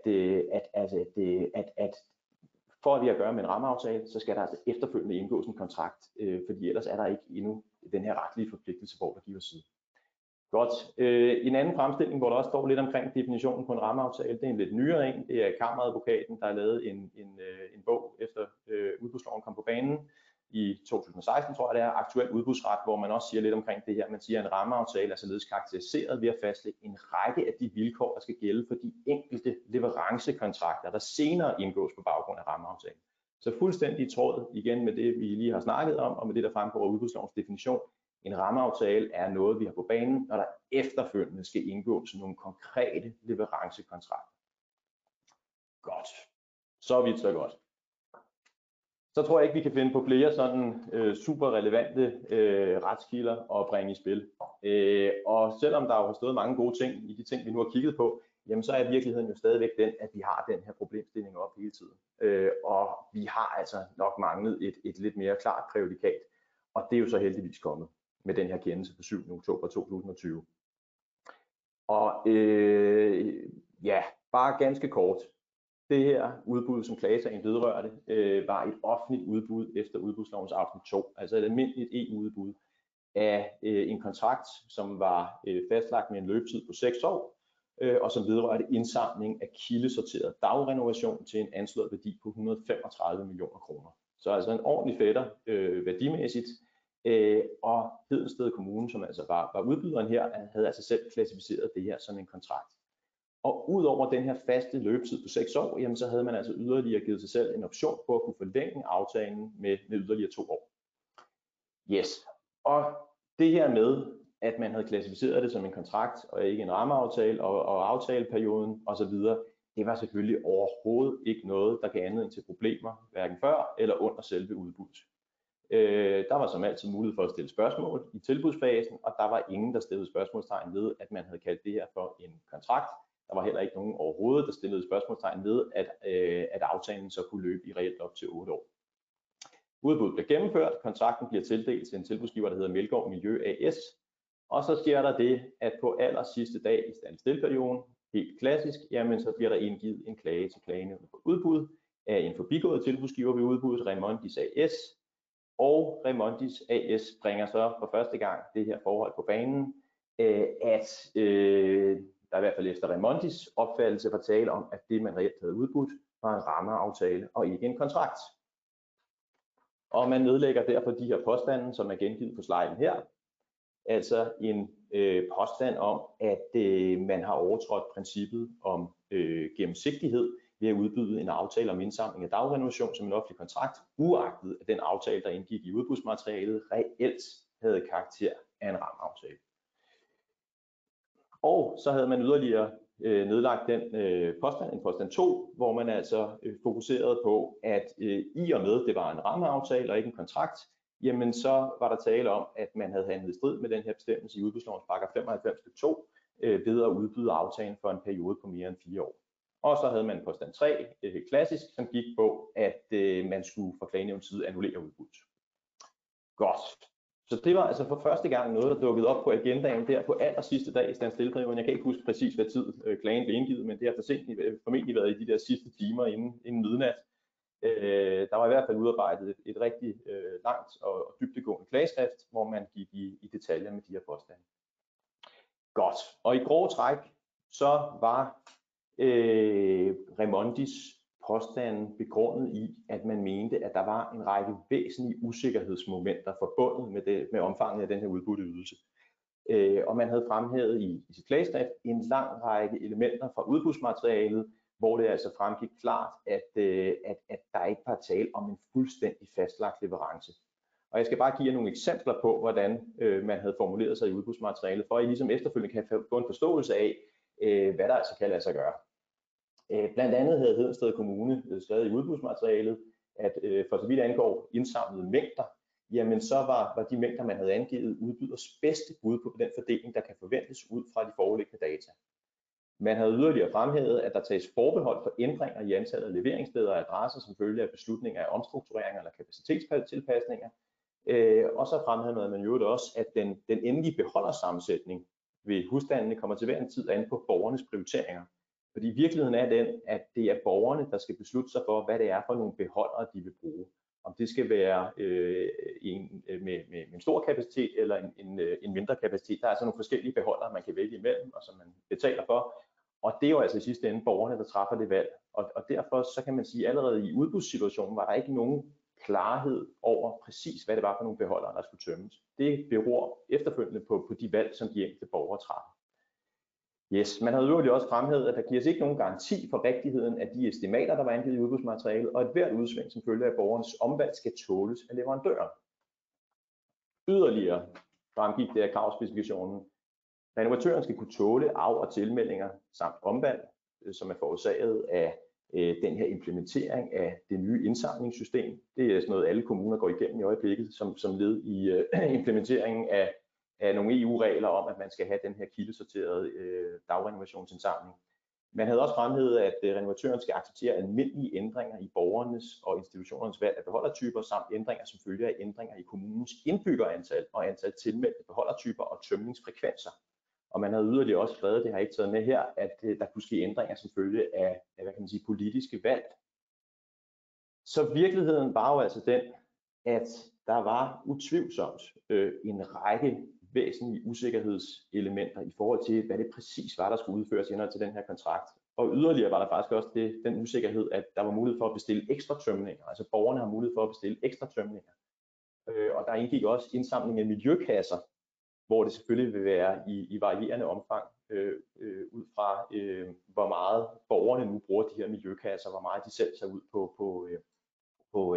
for at vi har at gøre med en rammeaftale, så skal der altså efterfølgende indgås en kontrakt, fordi ellers er der ikke endnu den her retlige forpligtelse på ordregivers side. Godt. En anden fremstilling, hvor der også står lidt omkring definitionen på en rammeaftale, det er en lidt nyere en. Det er Kammeradvokaten, der har lavet en bog efter udbudsloven kom på banen i 2016, tror jeg det er, aktuel udbudsret, hvor man også siger lidt omkring det her. Man siger, at en rammeaftale er således karakteriseret ved at fastlægge en række af de vilkår, der skal gælde for de enkelte leverancekontrakter, der senere indgås på baggrund af rammeaftalen. Så fuldstændig i tråd igen med det, vi lige har snakket om, og med det, der fremgår af udbudslovens definition. En rammeaftale er noget, vi har på banen, når der efterfølgende skal indgås nogle konkrete leverancekontrakter. Godt. Så vidt så godt. Så tror jeg ikke, vi kan finde på flere sådan super relevante retskilder at bringe i spil. Og selvom der har stået mange gode ting i de ting, vi nu har kigget på, jamen så er virkeligheden jo stadigvæk den, at vi har den her problemstilling op hele tiden. Og vi har altså nok manglet et lidt mere klart præjudikat, og det er jo så heldigvis kommet med den her kendelse på 7. oktober 2020. Og ja, bare ganske kort. Det her udbud, som klagesagen vedrørte, var et offentligt udbud efter udbudslovens afsnit 2, altså et almindeligt EU-udbud af en kontrakt, som var fastlagt med en løbetid på 6 år, og som vedrørte indsamling af kildesorteret dagrenovation til en anslået værdi på 135 millioner kroner. Så altså en ordentlig fætter værdimæssigt. Og Hedensted Kommune, som altså var udbyderen her, havde altså selv klassificeret det her som en kontrakt. Og udover den her faste løbetid på 6 år, jamen så havde man altså yderligere givet sig selv en option på at kunne forlænge aftalen med yderligere 2 år. Yes, og det her med, at man havde klassificeret det som en kontrakt og ikke en rammeaftale og aftaleperioden osv., det var selvfølgelig overhovedet ikke noget, der gav anledning til problemer, hverken før eller under selve udbuddet. Der var som altid mulighed for at stille spørgsmål i tilbudsfasen, og der var ingen, der stillede spørgsmålstegn ved, at man havde kaldt det her for en kontrakt. Der var heller ikke nogen overhovedet, der stillede spørgsmålstegn ved, at aftalen så kunne løbe i reelt op til 8 år. Udbuddet blev gennemført, kontrakten bliver tildelt til en tilbudsgiver, der hedder Melgaard Miljø AS, og så sker der det, at på aller sidste dag i standstillperioden, helt klassisk, jamen så bliver der indgivet en klage til klagenævnet på udbud af en forbigået tilbudsgiver ved udbuddet, Remondis AS, og Remondis AS bringer så for første gang det her forhold på banen, at der i hvert fald efter Remondis opfattelse var tale om, at det man reelt havde udbudt var en rammeaftale og ikke en kontrakt. Og man nedlægger derfor de her påstande, som er gengivet på sliden her, altså en påstand om, at man har overtrådt princippet om gennemsigtighed ved at udbyde en aftale om indsamling af dagrenovation som en offentlig kontrakt, uagtet at den aftale, der indgik i udbudsmaterialet, reelt havde karakter af en rammeaftale. Og så havde man yderligere nedlagt den påstand, en påstand 2, hvor man altså fokuserede på, at i og med det var en rammeaftale og ikke en kontrakt, jamen så var der tale om, at man havde handlet i strid med den her bestemmelse i udbudslovens paragraf 95 stykke 2 ved at udbyde aftalen for en periode på mere end 4 år. Og så havde man påstand 3, helt klassisk, som gik på, at man skulle fra klagenævnets side annullere udbuddet. Godt. Så det var altså for første gang noget, der dukkede op på agendaen der på allersidste dag i standstillperioden. Jeg kan ikke huske præcis, hvad tid klagen blev indgivet, men det har formentlig været i de der sidste timer inden midnat. Der var i hvert fald udarbejdet et rigtig langt og dybdegående klageskrift, hvor man gik i detaljer med de her påstande. Godt. Og i grove træk, så var Remondis påstanden begrundet i, at man mente, at der var en række væsentlige usikkerhedsmomenter forbundet med omfanget af den her udbudte ydelse. Og man havde fremhævet i sit klageskrift en lang række elementer fra udbudsmaterialet, hvor det altså fremgik klart, at der ikke var tale om en fuldstændig fastlagt leverance. Og jeg skal bare give jer nogle eksempler på, hvordan man havde formuleret sig i udbudsmaterialet, for at I ligesom efterfølgende kan få en forståelse af, hvad der altså kan lade sig gøre. Blandt andet havde Hedensted Kommune skrevet i udbudsmaterialet, at for så vidt angår indsamlede mængder, jamen så var de mængder, man havde angivet, udbyders bedste bud på den fordeling, der kan forventes ud fra de foreliggende data. Man havde yderligere fremhævet, at der tages forbehold for ændringer i antallet af leveringssteder og adresser som følge af beslutninger af omstruktureringer eller kapacitetstilpasninger. Og så fremhævede man jo også, at den endelige beholdersammensætning ved husstandene kommer til hver en tid an på borgernes prioriteringer. Fordi virkeligheden er den, at det er borgerne, der skal beslutte sig for, hvad det er for nogle beholdere, de vil bruge. Om det skal være med en stor kapacitet eller en mindre kapacitet. Der er altså nogle forskellige beholdere, man kan vælge imellem, og som man betaler for. Og det er jo altså i sidste ende borgerne, der træffer det valg. Og derfor så kan man sige, at allerede i udbudssituationen var der ikke nogen klarhed over præcis, hvad det var for nogle beholdere, der skulle tømmes. Det beror efterfølgende på de valg, som de enkelte borgere træffer. Yes, man havde jo også fremhævet, at der gives ikke nogen garanti for rigtigheden af de estimater, der var angivet i udbudsmaterialet, og et hvert udsving som følge af borgernes omvalg skal tåles af leverandøren. Yderligere fremgik det af kravspecifikationen. Renovatøren skal kunne tåle af- og tilmeldinger samt omvalg, som er forårsaget af den her implementering af det nye indsamlingssystem. Det er sådan noget, alle kommuner går igennem i øjeblikket, som led i implementeringen af nogle EU-regler om, at man skal have den her kildesorterede dagrenovationsindsamling. Man havde også fremhævet, at renovatøren skal acceptere almindelige ændringer i borgernes og institutionernes valg af beholdertyper, samt ændringer som følge af ændringer i kommunens indbyggerantal og antal tilmeldte beholdertyper og tømningsfrekvenser. Og man havde yderligere også skrevet, det har jeg ikke taget med her, at der kunne ske ændringer som følge af hvad kan man sige, politiske valg. Så virkeligheden var jo altså den, at der var utvivlsomt en række væsentlige usikkerhedselementer i forhold til, hvad det præcis var, der skulle udføres i henhold til den her kontrakt. Og yderligere var der faktisk også den usikkerhed, at der var mulighed for at bestille ekstra tømninger. Altså borgerne har mulighed for at bestille ekstra tømninger. Og der indgik også indsamling af miljøkasser, hvor det selvfølgelig vil være i varierende omfang, ud fra hvor meget borgerne nu bruger de her miljøkasser, hvor meget de selv tager ud på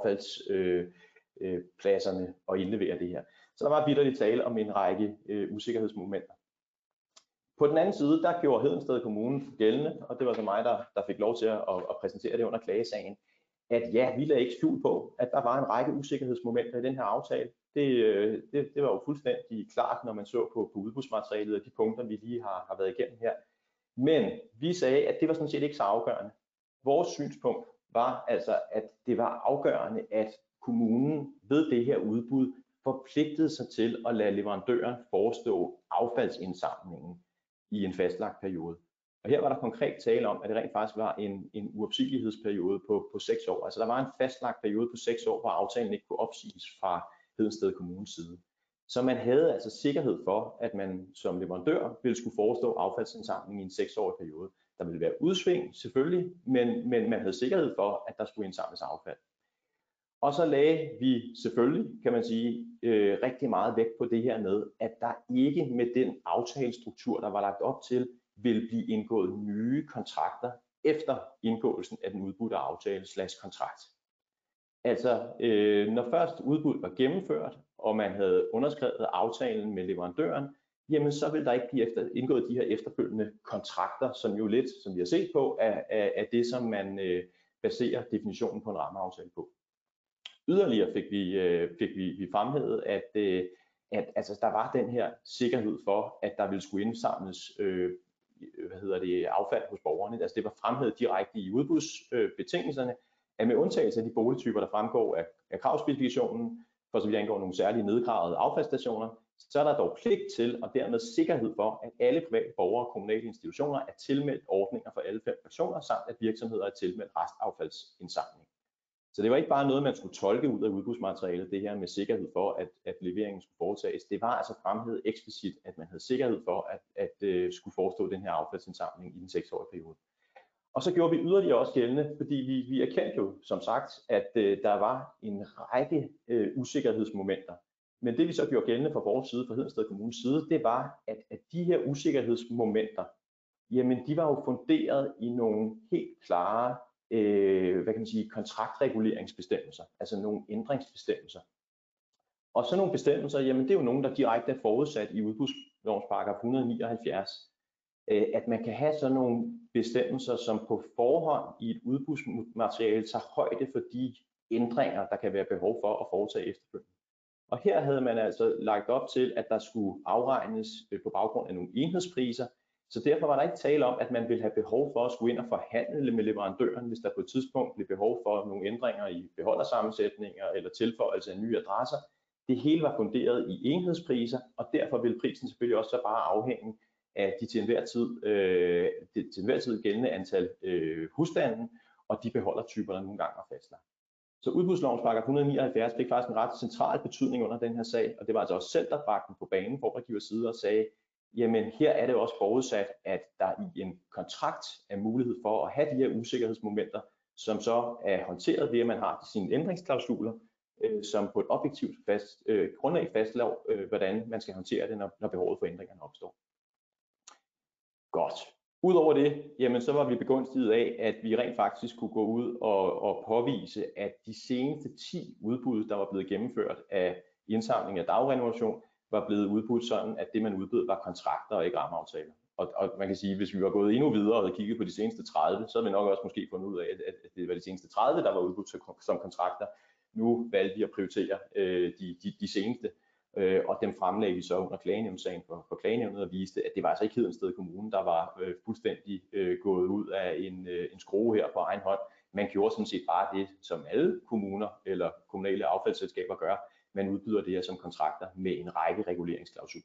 affaldspladserne og indleverer det her. Så der var vitterligt tale om en række usikkerhedsmomenter. På den anden side, der gjorde Hedensted Kommune gældende, og det var så mig, der fik lov til at præsentere det under klagesagen, at ja, vi lagde ikke skjul på, at der var en række usikkerhedsmomenter i den her aftale. Det var jo fuldstændig klart, når man så på udbudsmaterialet og de punkter, vi lige har været igennem her. Men vi sagde, at det var sådan set ikke så afgørende. Vores synspunkt var altså, at det var afgørende, at kommunen ved det her udbud forpligtede sig til at lade leverandøren forestå affaldsindsamlingen i en fastlagt periode. Og her var der konkret tale om, at det rent faktisk var en uopsigelighedsperiode på 6 år. Altså der var en fastlagt periode på 6 år, hvor aftalen ikke kunne opsiges fra Hedensted Kommunes side. Så man havde altså sikkerhed for, at man som leverandør ville skulle forestå affaldsindsamling i en 6-årig periode. Der ville være udsving selvfølgelig, men man havde sikkerhed for, at der skulle indsamles affald. Og så lagde vi selvfølgelig, kan man sige, rigtig meget vægt på det her med, at der ikke med den aftalestruktur, der var lagt op til, ville blive indgået nye kontrakter efter indgåelsen af den udbudte aftale / kontrakt. Altså, når først udbuddet var gennemført, og man havde underskrevet aftalen med leverandøren, jamen så vil der ikke blive indgået de her efterfølgende kontrakter, som jo lidt, som vi har set på, er det, som man baserer definitionen på en rammeaftale på. Yderligere fik vi fremhævet, at altså, der var den her sikkerhed for, at der ville skulle indsamles affald hos borgerne. Altså det var fremhævet direkte i udbudsbetingelserne, at med undtagelse af de boligtyper, der fremgår af kravspecifikationen, for så vidt angår nogle særlige nedgravede affaldsstationer, så er der dog pligt til og dermed sikkerhed for, at alle private borgere og kommunale institutioner er tilmeldt ordninger for alle 5 personer, samt at virksomheder er tilmeldt restaffaldsindsamling. Så det var ikke bare noget, man skulle tolke ud af udbudsmaterialet, det her med sikkerhed for, at leveringen skulle foretages. Det var altså fremhævet eksplicit, at man havde sikkerhed for, at skulle forestå den her affaldsindsamling i den 6-årige periode. Og så gjorde vi yderligere også gældende, fordi vi erkendte jo som sagt, at der var en række usikkerhedsmomenter. Men det vi så gjorde gældende fra vores side, fra Hedensted Kommunes side, det var, at de her usikkerhedsmomenter, jamen de var jo funderet i nogle helt klare kontraktreguleringsbestemmelser, altså nogle ændringsbestemmelser. Og sådan nogle bestemmelser, jamen det er jo nogle, der direkte er forudsat i udbudslovens paragraf 179, at man kan have sådan nogle bestemmelser, som på forhånd i et udbudsmateriale tager højde for de ændringer, der kan være behov for at foretage efterfølgende. Og her havde man altså lagt op til, at der skulle afregnes på baggrund af nogle enhedspriser, så derfor var der ikke tale om, at man ville have behov for at skulle ind og forhandle med leverandøren, hvis der på et tidspunkt blev behov for nogle ændringer i beholdersammensætninger eller tilføjelse af nye adresser. Det hele var funderet i enhedspriser, og derfor vil prisen selvfølgelig også så bare afhænge af de til enhver tid gældende antal husstande og de beholdertyper, der nogle gange var fastlagt. Så udbudslovens paragraf 179 fik faktisk en ret central betydning under den her sag, og det var altså også selv, der bragte den på banen på opdragsgivers side og sagde, jamen her er det også forudsat, at der i en kontrakt er mulighed for at have de her usikkerhedsmomenter, som så er håndteret ved, at man har sine ændringsklausuler, som på et objektivt grundlag fastslår, hvordan man skal håndtere det, når behovet for ændringerne opstår. Godt. Udover det, jamen så var vi begunstiget af, at vi rent faktisk kunne gå ud og påvise, at de seneste 10 udbud, der var blevet gennemført af indsamling af dagrenovation, var blevet udbudt sådan, at det man udbød var kontrakter og ikke rammeaftaler. Og man kan sige, at hvis vi var gået endnu videre og havde kigget på de seneste 30, så havde vi nok også måske fundet ud af, at det var de seneste 30, der var udbudt som kontrakter. Nu valgte vi at prioritere de seneste, og dem fremlagde vi så under klagenævnssagen for klagenævnet og viste, at det var altså ikke Hedensted Kommune, der var fuldstændig gået ud af en skrue her på egen hånd. Man gjorde sådan set bare det, som alle kommuner eller kommunale affaldsselskaber gør. Man udbyder det her som kontrakter med en række reguleringsklausuler.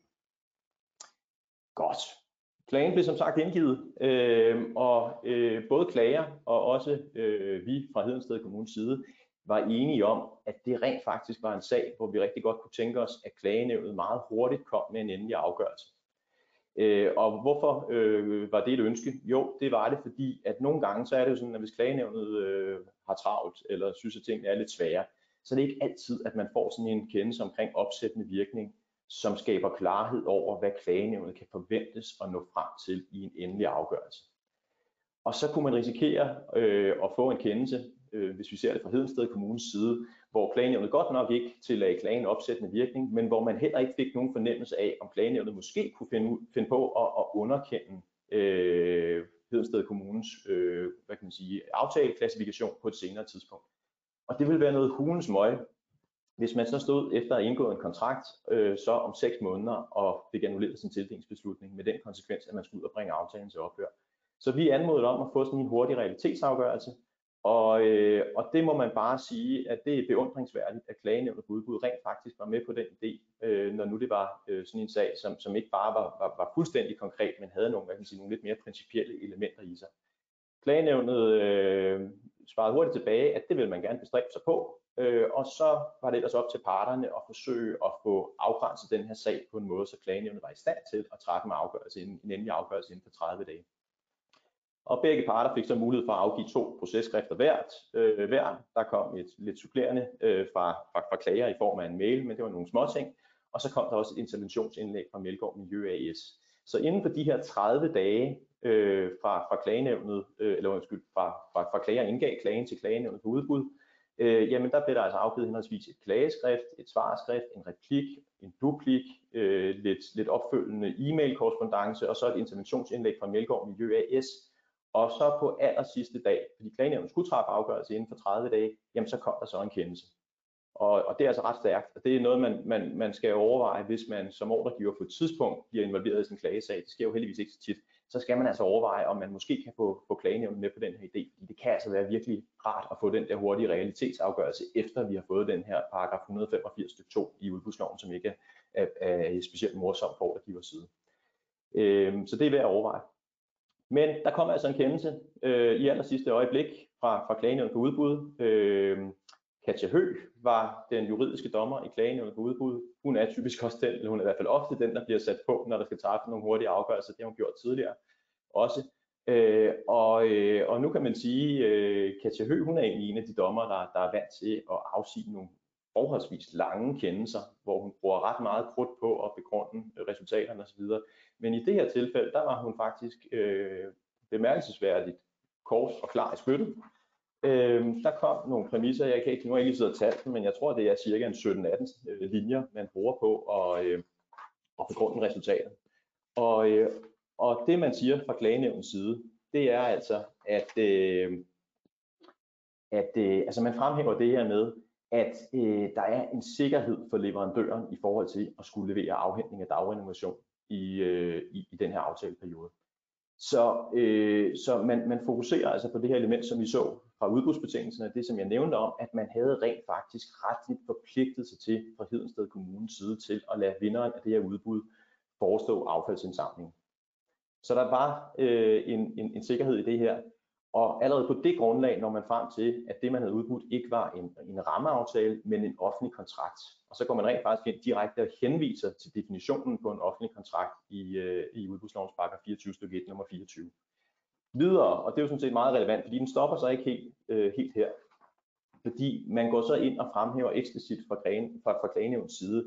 Godt. Klagen blev som sagt indgivet, og både klager og også vi fra Hedensted Kommunes side var enige om, at det rent faktisk var en sag, hvor vi rigtig godt kunne tænke os, at klagenævnet meget hurtigt kom med en endelig afgørelse. Og hvorfor var det et ønske? Jo, det var det, fordi at nogle gange så er det jo sådan, at hvis klagenævnet har travlt eller synes, at tingene er lidt svære, så er det ikke altid, at man får sådan en kendelse omkring opsættende virkning, som skaber klarhed over, hvad klagenævnet kan forventes at nå frem til i en endelig afgørelse. Og så kunne man risikere at få en kendelse, hvis vi ser det fra Hedensted Kommunes side, hvor klagenævnet godt nok ikke tillagde klagen opsættende virkning, men hvor man heller ikke fik nogen fornemmelse af, om klagenævnet måske kunne finde på at underkende Hedensted Kommunes aftaleklassifikation på et senere tidspunkt. Og det vil være noget hulens møg, hvis man så stod efter at have indgået en kontrakt, så om 6 måneder og fik annulleret sin tildelingsbeslutning med den konsekvens, at man skulle ud og bringe aftalen til ophør. Så vi anmodede om at få sådan en hurtig realitetsafgørelse, og det må man bare sige, at det er beundringsværdigt, at klagenævnet på udbud rent faktisk var med på den idé, når nu det var sådan en sag, som ikke bare var fuldstændig konkret, men havde nogle lidt mere principielle elementer i sig. Klagenævnet svarede hurtigt tilbage, at det ville man gerne bestræbe sig på, og så var det ellers op til parterne at forsøge at få afgrænset den her sag på en måde, så klagenævnet var i stand til at træffe en endelig afgørelse inden for 30 dage. Og begge parter fik så mulighed for at afgive 2 processkrifter hver. Der kom et lidt supplerende fra klager i form af en mail, men det var nogle småting. Og så kom der også et interventionsindlæg fra Melgaard Miljø AS. Så inden for de her 30 dage fra klagenævnet, fra klager indgav klagen til klagenævnet på udbud, jamen der blev der altså afgivet henholdsvis et klageskrift, et svarskrift, en replik en duplik, lidt opfølgende e-mail-korrespondance, og så et interventionsindlæg fra Melgaard Miljø AS. Og så på allersidste dag, fordi klagenævnet skulle træffe afgørelse inden for 30 dage, jamen så kom der så en kendelse. Og det er altså ret stærkt, og det er noget, man skal overveje, hvis man som ordregiver på et tidspunkt bliver involveret i sin klagesag. Det sker jo heldigvis ikke så tit. Så skal man altså overveje, om man måske kan få klagenævnet med på den her idé. Fordi det kan altså være virkelig rart at få den der hurtige realitetsafgørelse, efter vi har fået den her paragraf 185 stykke 2 i udbudsloven, som ikke er specielt morsom på ordregivers side. Så det er værd at overveje. Men der kommer altså en kendelse i allersidste øjeblik fra klagenævnet på udbud. Katja Høgh var den juridiske dommer i klagenævnet på udbud. Hun er typisk også den, eller hun er i hvert fald ofte den, der bliver sat på, når der skal træffe nogle hurtige afgørelser. Det har hun gjort tidligere også. Og nu kan man sige, Katja Høgh, hun er egentlig en af de dommer, der er vant til at afsige nogle forholdsvis lange kendelser, hvor hun bruger ret meget krudt på at begrunde resultaterne osv. Men i det her tilfælde, der var hun faktisk bemærkelsesværdigt kort og klar i spyttet. Der kom nogle præmisser, jeg kan ikke, nu har jeg ikke siddet og talt dem, men jeg tror, det er cirka en 17-18 linjer, man bruger på at begrunde resultatet. Og det, man siger fra klagenævnets side, det er altså, at man fremhæver det her med, at der er en sikkerhed for leverandøren i forhold til at skulle levere afhentning af dagrenovation i den her aftaleperiode. Så man fokuserer altså på det her element, som vi så fra udbudsbetingelserne, det som jeg nævnte om, at man havde rent faktisk retligt forpligtet sig til fra Hedensted Kommunes side til at lade vinderen af det her udbud forestå affaldsindsamling. Så der var en sikkerhed i det her, og allerede på det grundlag når man frem til, at det man havde udbudt ikke var en rammeaftale, men en offentlig kontrakt. Og så går man rent faktisk direkte og henviser til definitionen på en offentlig kontrakt i udbudslovens paragraf 24 stykke 1 nummer 24. Videre, og det er jo sådan set meget relevant, fordi den stopper sig ikke helt her. Fordi man går så ind og fremhæver eksplicit fra klagenævnets side,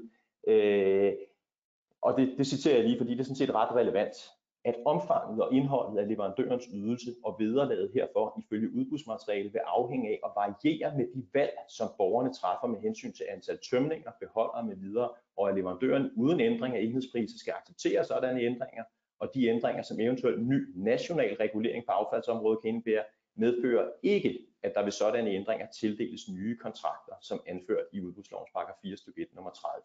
og det citerer jeg lige, fordi det er sådan set ret relevant, at omfanget og indholdet af leverandørens ydelse og vederlaget herfor ifølge udbudsmateriale vil afhænge af og variere med de valg, som borgerne træffer med hensyn til antal tømninger, beholdere med videre, og at leverandøren uden ændring af enhedspriser skal acceptere sådanne ændringer, og de ændringer, som eventuelt ny national regulering på affaldsområdet kan indebære, medfører ikke, at der ved sådanne ændringer tildeles nye kontrakter, som anført i udbudslovens paragraf 4 stykke 1 nummer 30.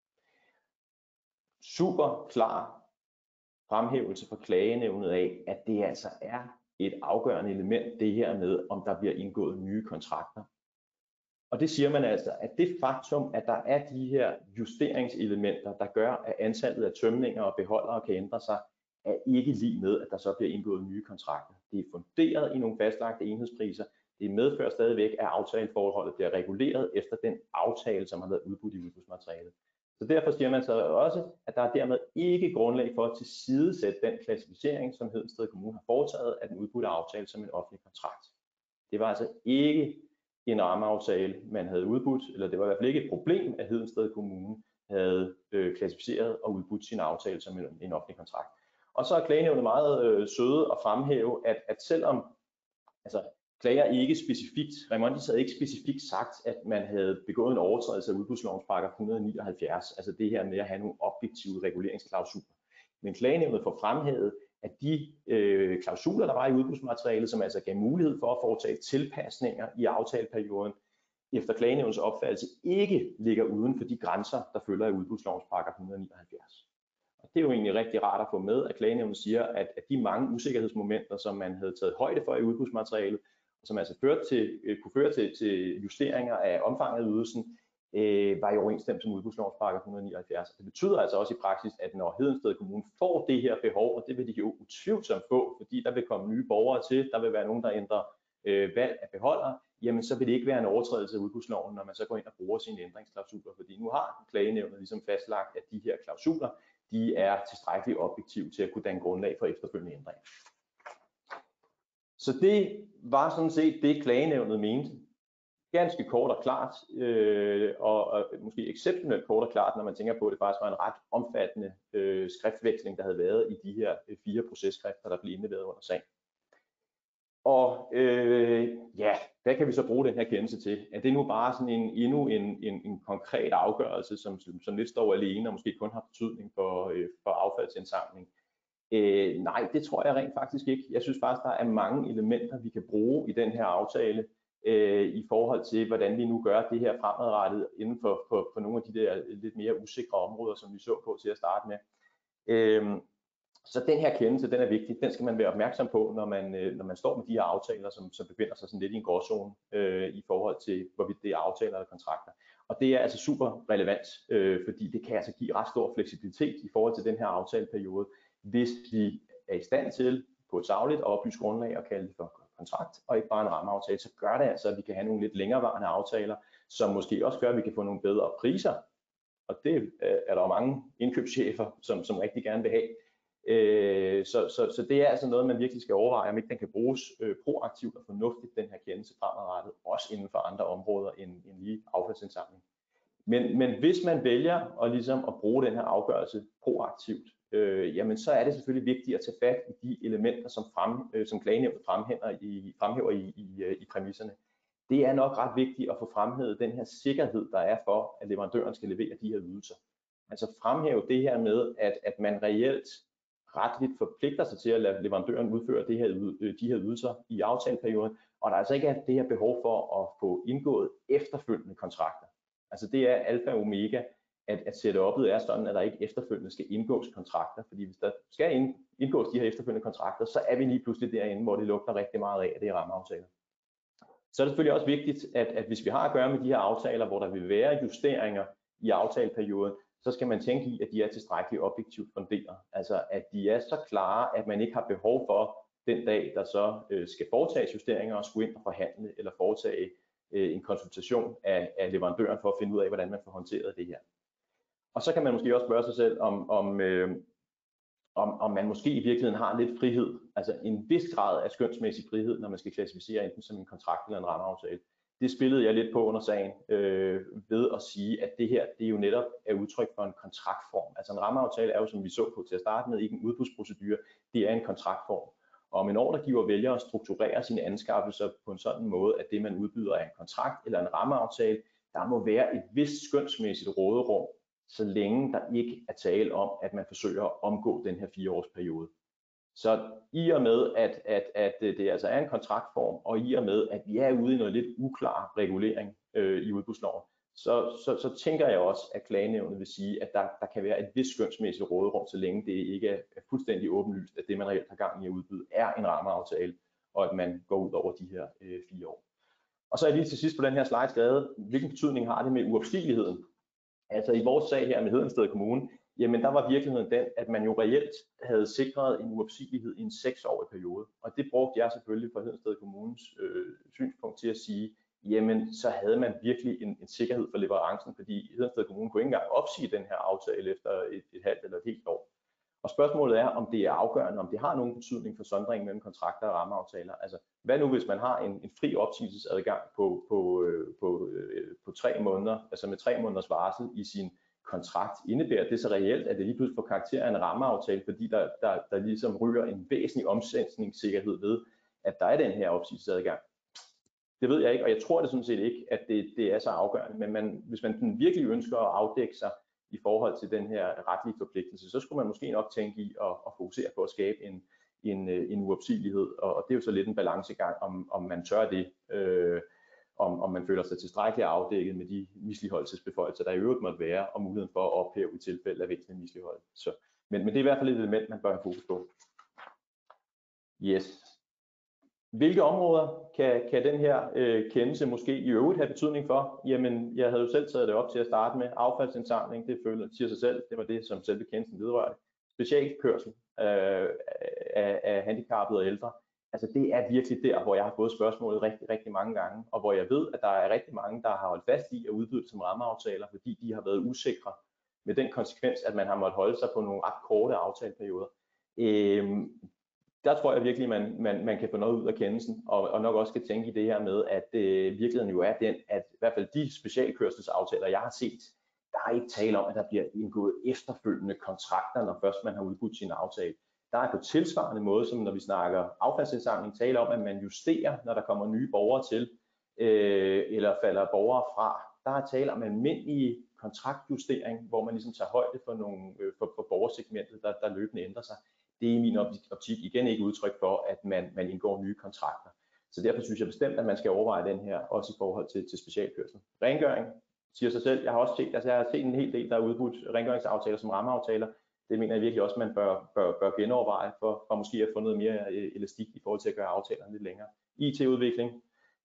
Super klar fremhævelse fra klagenævnet af, at det altså er et afgørende element, det her med, om der bliver indgået nye kontrakter. Og det siger man altså, at det faktum, at der er de her justeringselementer, der gør, at antallet af tømninger og beholdere kan ændre sig, er ikke lig med, at der så bliver indgået nye kontrakter. Det er funderet i nogle fastlagte enhedspriser. Det medfører stadigvæk, at aftaleforholdet bliver reguleret efter den aftale, som har været udbudt i udbudsmaterialet. Så derfor siger man så også, at der er dermed ikke grundlag for at tilsidesætte den klassificering, som Hedensted Kommune har foretaget af den udbudte aftale som en offentlig kontrakt. Det var altså ikke en rammeaftale, man havde udbudt, eller det var i hvert fald ikke et problem, at Hedensted Kommune havde klassificeret og udbudt sin aftale som en offentlig kontrakt. Og så er klagenævnet meget søde at fremhæve, at selvom klager ikke specifikt, Remondis havde ikke specifikt sagt, at man havde begået en overtrædelse af udbudslovens paragraf 179, altså det her med at have nogle objektive reguleringsklausuler. Men klagenævnet får fremhævet, at de klausuler, der var i udbudsmaterialet, som altså gav mulighed for at foretage tilpasninger i aftaleperioden, efter klagenævnets opfattelse ikke ligger uden for de grænser, der følger af udbudslovens paragraf 179. Og det er jo egentlig rigtig rart at få med, at klagenævnet siger, at de mange usikkerhedsmomenter, som man havde taget højde for i udbudsmaterialet, som altså kunne føre til justeringer af omfanget af ydelsen, var i overensstemmelse med udbudslovens paragraf 179. Det betyder altså også i praksis, at når Hedensted Kommune får det her behov, og det vil de jo utvivlsomt få, fordi der vil komme nye borgere til, der vil være nogen, der ændrer valg af beholdere, jamen så vil det ikke være en overtrædelse af udbudsloven, når man så går ind og bruger sine ændringsklausuler, fordi nu har klagenævnet ligesom fastlagt, at de her klausuler, de er tilstrækkeligt objektive til at kunne danne grundlag for efterfølgende ændringer. Så det var sådan set det, klagenævnet mente. Ganske kort og klart, og måske exceptionelt kort og klart, når man tænker på, at det faktisk var en ret omfattende skriftveksling, der havde været i de her 4 processkrifter, der blev indleveret under sagen. Og ja, hvad kan vi så bruge den her kendelse til? Er det nu bare sådan endnu en konkret afgørelse, som lidt står alene og måske kun har betydning for affaldsindsamling? Nej, det tror jeg rent faktisk ikke. Jeg synes faktisk, der er mange elementer, vi kan bruge i den her aftale i forhold til, hvordan vi nu gør det her fremadrettet inden for nogle af de der lidt mere usikre områder, som vi så på til at starte med. Så den her kendelse, den er vigtig. Den skal man være opmærksom på, når man står med de her aftaler, som befinder sig sådan lidt i en gråzone i forhold til, hvorvidt det er aftaler eller kontrakter. Og det er altså super relevant, fordi det kan altså give ret stor fleksibilitet i forhold til den her aftaleperiode, hvis vi er i stand til på et sagligt og oplyst grundlag at kalde det for kontrakt og ikke bare en rammeaftale, så gør det altså, at vi kan have nogle lidt længerevarende aftaler, som måske også gør, at vi kan få nogle bedre priser. Og det er der jo mange indkøbschefer, som rigtig gerne vil have. Så det er altså noget, man virkelig skal overveje, om ikke den kan bruges proaktivt og fornuftigt, den her kendelse fremadrettet, også inden for andre områder end lige affaldsindsamling. Men hvis man vælger at bruge den her afgørelse proaktivt, jamen så er det selvfølgelig vigtigt at tage fat i de elementer, som klagenævnet fremhæver i præmisserne. Det er nok ret vigtigt at få fremhævet den her sikkerhed, der er for, at leverandøren skal levere de her ydelser. Altså fremhæve det her med, at man reelt retligt forpligter sig til at lade leverandøren udføre de her ydelser i aftaleperioden, og der altså ikke er det her behov for at få indgået efterfølgende kontrakter. Altså det er alfa og omega, at setup'et er sådan, at der ikke efterfølgende skal indgås kontrakter, fordi hvis der skal indgås de her efterfølgende kontrakter, så er vi lige pludselig derinde, hvor det lugter rigtig meget af, at det er rammeaftaler. Så er det selvfølgelig også vigtigt, at hvis vi har at gøre med de her aftaler, hvor der vil være justeringer i aftaleperioden, så skal man tænke i, at de er tilstrækkeligt objektivt funderet. Altså at de er så klare, at man ikke har behov for den dag, der så skal foretages justeringer og skulle ind og forhandle eller foretage en konsultation af leverandøren for at finde ud af, hvordan man får håndteret det her. Og så kan man måske også spørge sig selv, om man måske i virkeligheden har lidt frihed, altså en vis grad af skønsmæssig frihed, når man skal klassificere enten som en kontrakt eller en rammeaftale. Det spillede jeg lidt på under sagen ved at sige, at det her det jo netop er udtryk for en kontraktform. Altså en rammeaftale er jo, som vi så på til at starte med, ikke en udbudsprocedure, det er en kontraktform. Og om en ordregiver vælger at strukturere sine anskaffelser på en sådan måde, at det man udbyder er en kontrakt eller en rammeaftale, der må være et vist skønsmæssigt råderum, så længe der ikke er tale om, at man forsøger at omgå den her 4-årsperiode. Så i og med, at det altså er en kontraktform, og i og med, at vi er ude i noget lidt uklar regulering i udbudsloven, så tænker jeg også, at klagenævnet vil sige, at der kan være et vist skønsmæssigt råderum, så længe det ikke er fuldstændig åbenlyst, at det man reelt har gang i at udbyde er en rammeaftale, og at man går ud over de her 4 år. Og så er lige til sidst på den her slide skrevet, hvilken betydning har det med uopsigeligheden? Altså i vores sag her med Hedensted Kommune, jamen der var virkeligheden den, at man jo reelt havde sikret en uopsigelighed i en 6-årig periode. Og det brugte jeg selvfølgelig fra Hedensted Kommunes synspunkt til at sige, jamen så havde man virkelig en sikkerhed for leverancen, fordi Hedensted Kommune kunne ikke engang opsige den her aftale efter et halvt eller et helt år. Og spørgsmålet er, om det er afgørende, om det har nogen betydning for sondringen mellem kontrakter og rammeaftaler. Altså hvad nu hvis man har en fri opsigelsesadgang på 3 måneder, altså med 3 måneders varsel i sin kontrakt, indebærer det så reelt, at det lige pludselig får karakter af en rammeaftale, fordi der ligesom ryger en væsentlig omsætningssikkerhed ved, at der er den her opsigelsesadgang. Det ved jeg ikke, og jeg tror det sådan set ikke, at det er så afgørende, men hvis man virkelig ønsker at afdække sig i forhold til den her retlige forpligtelse, så skulle man måske nok tænke i at fokusere på at skabe en uopsigelighed, og det er jo så lidt en balancegang, om man tør det, om man føler sig tilstrækkeligt afdækket med de misligholdelsesbeføjelser, der i øvrigt måtte være, og muligheden for at ophæve i tilfælde af væsentlig mislighold. Men det er i hvert fald et element, man bør have fokus på. Yes. Hvilke områder kan den her kendelse måske i øvrigt have betydning for? Jamen, jeg havde jo selv taget det op til at starte med. Affaldsindsamling, det siger sig selv, det var det, som selve kendelsen vedrørte. Specialkørsel af handicappede og ældre. Altså det er virkelig der, hvor jeg har fået spørgsmålet rigtig, rigtig mange gange, og hvor jeg ved, at der er rigtig mange, der har holdt fast i at udbyde som rammeaftaler, fordi de har været usikre med den konsekvens, at man har måttet holde sig på nogle ret korte aftaleperioder. Der tror jeg virkelig, man kan få noget ud af kendelsen, og nok også skal tænke i det her med, at virkeligheden jo er den, at i hvert fald de specialkørselsaftaler, jeg har set, der er ikke tale om, at der bliver indgået efterfølgende kontrakter, når først man har udbudt sin aftale. Der er på tilsvarende måde, som når vi snakker affaldsindsamling, tale om, at man justerer, når der kommer nye borgere til, eller falder borgere fra. Der er tale om almindelig kontraktjustering, hvor man ligesom tager højde for for borgersegmentet, der løbende ændrer sig. Det er i min optik igen ikke udtryk for, at man indgår nye kontrakter. Så derfor synes jeg bestemt, at man skal overveje den her, også i forhold til specialkørsel. Rengøring siger sig selv. Jeg har set en hel del, der er udbudt rengøringsaftaler som rammeaftaler. Det mener jeg virkelig også, man bør genoverveje for måske at få noget mere elastik i forhold til at gøre aftalerne lidt længere. IT-udvikling.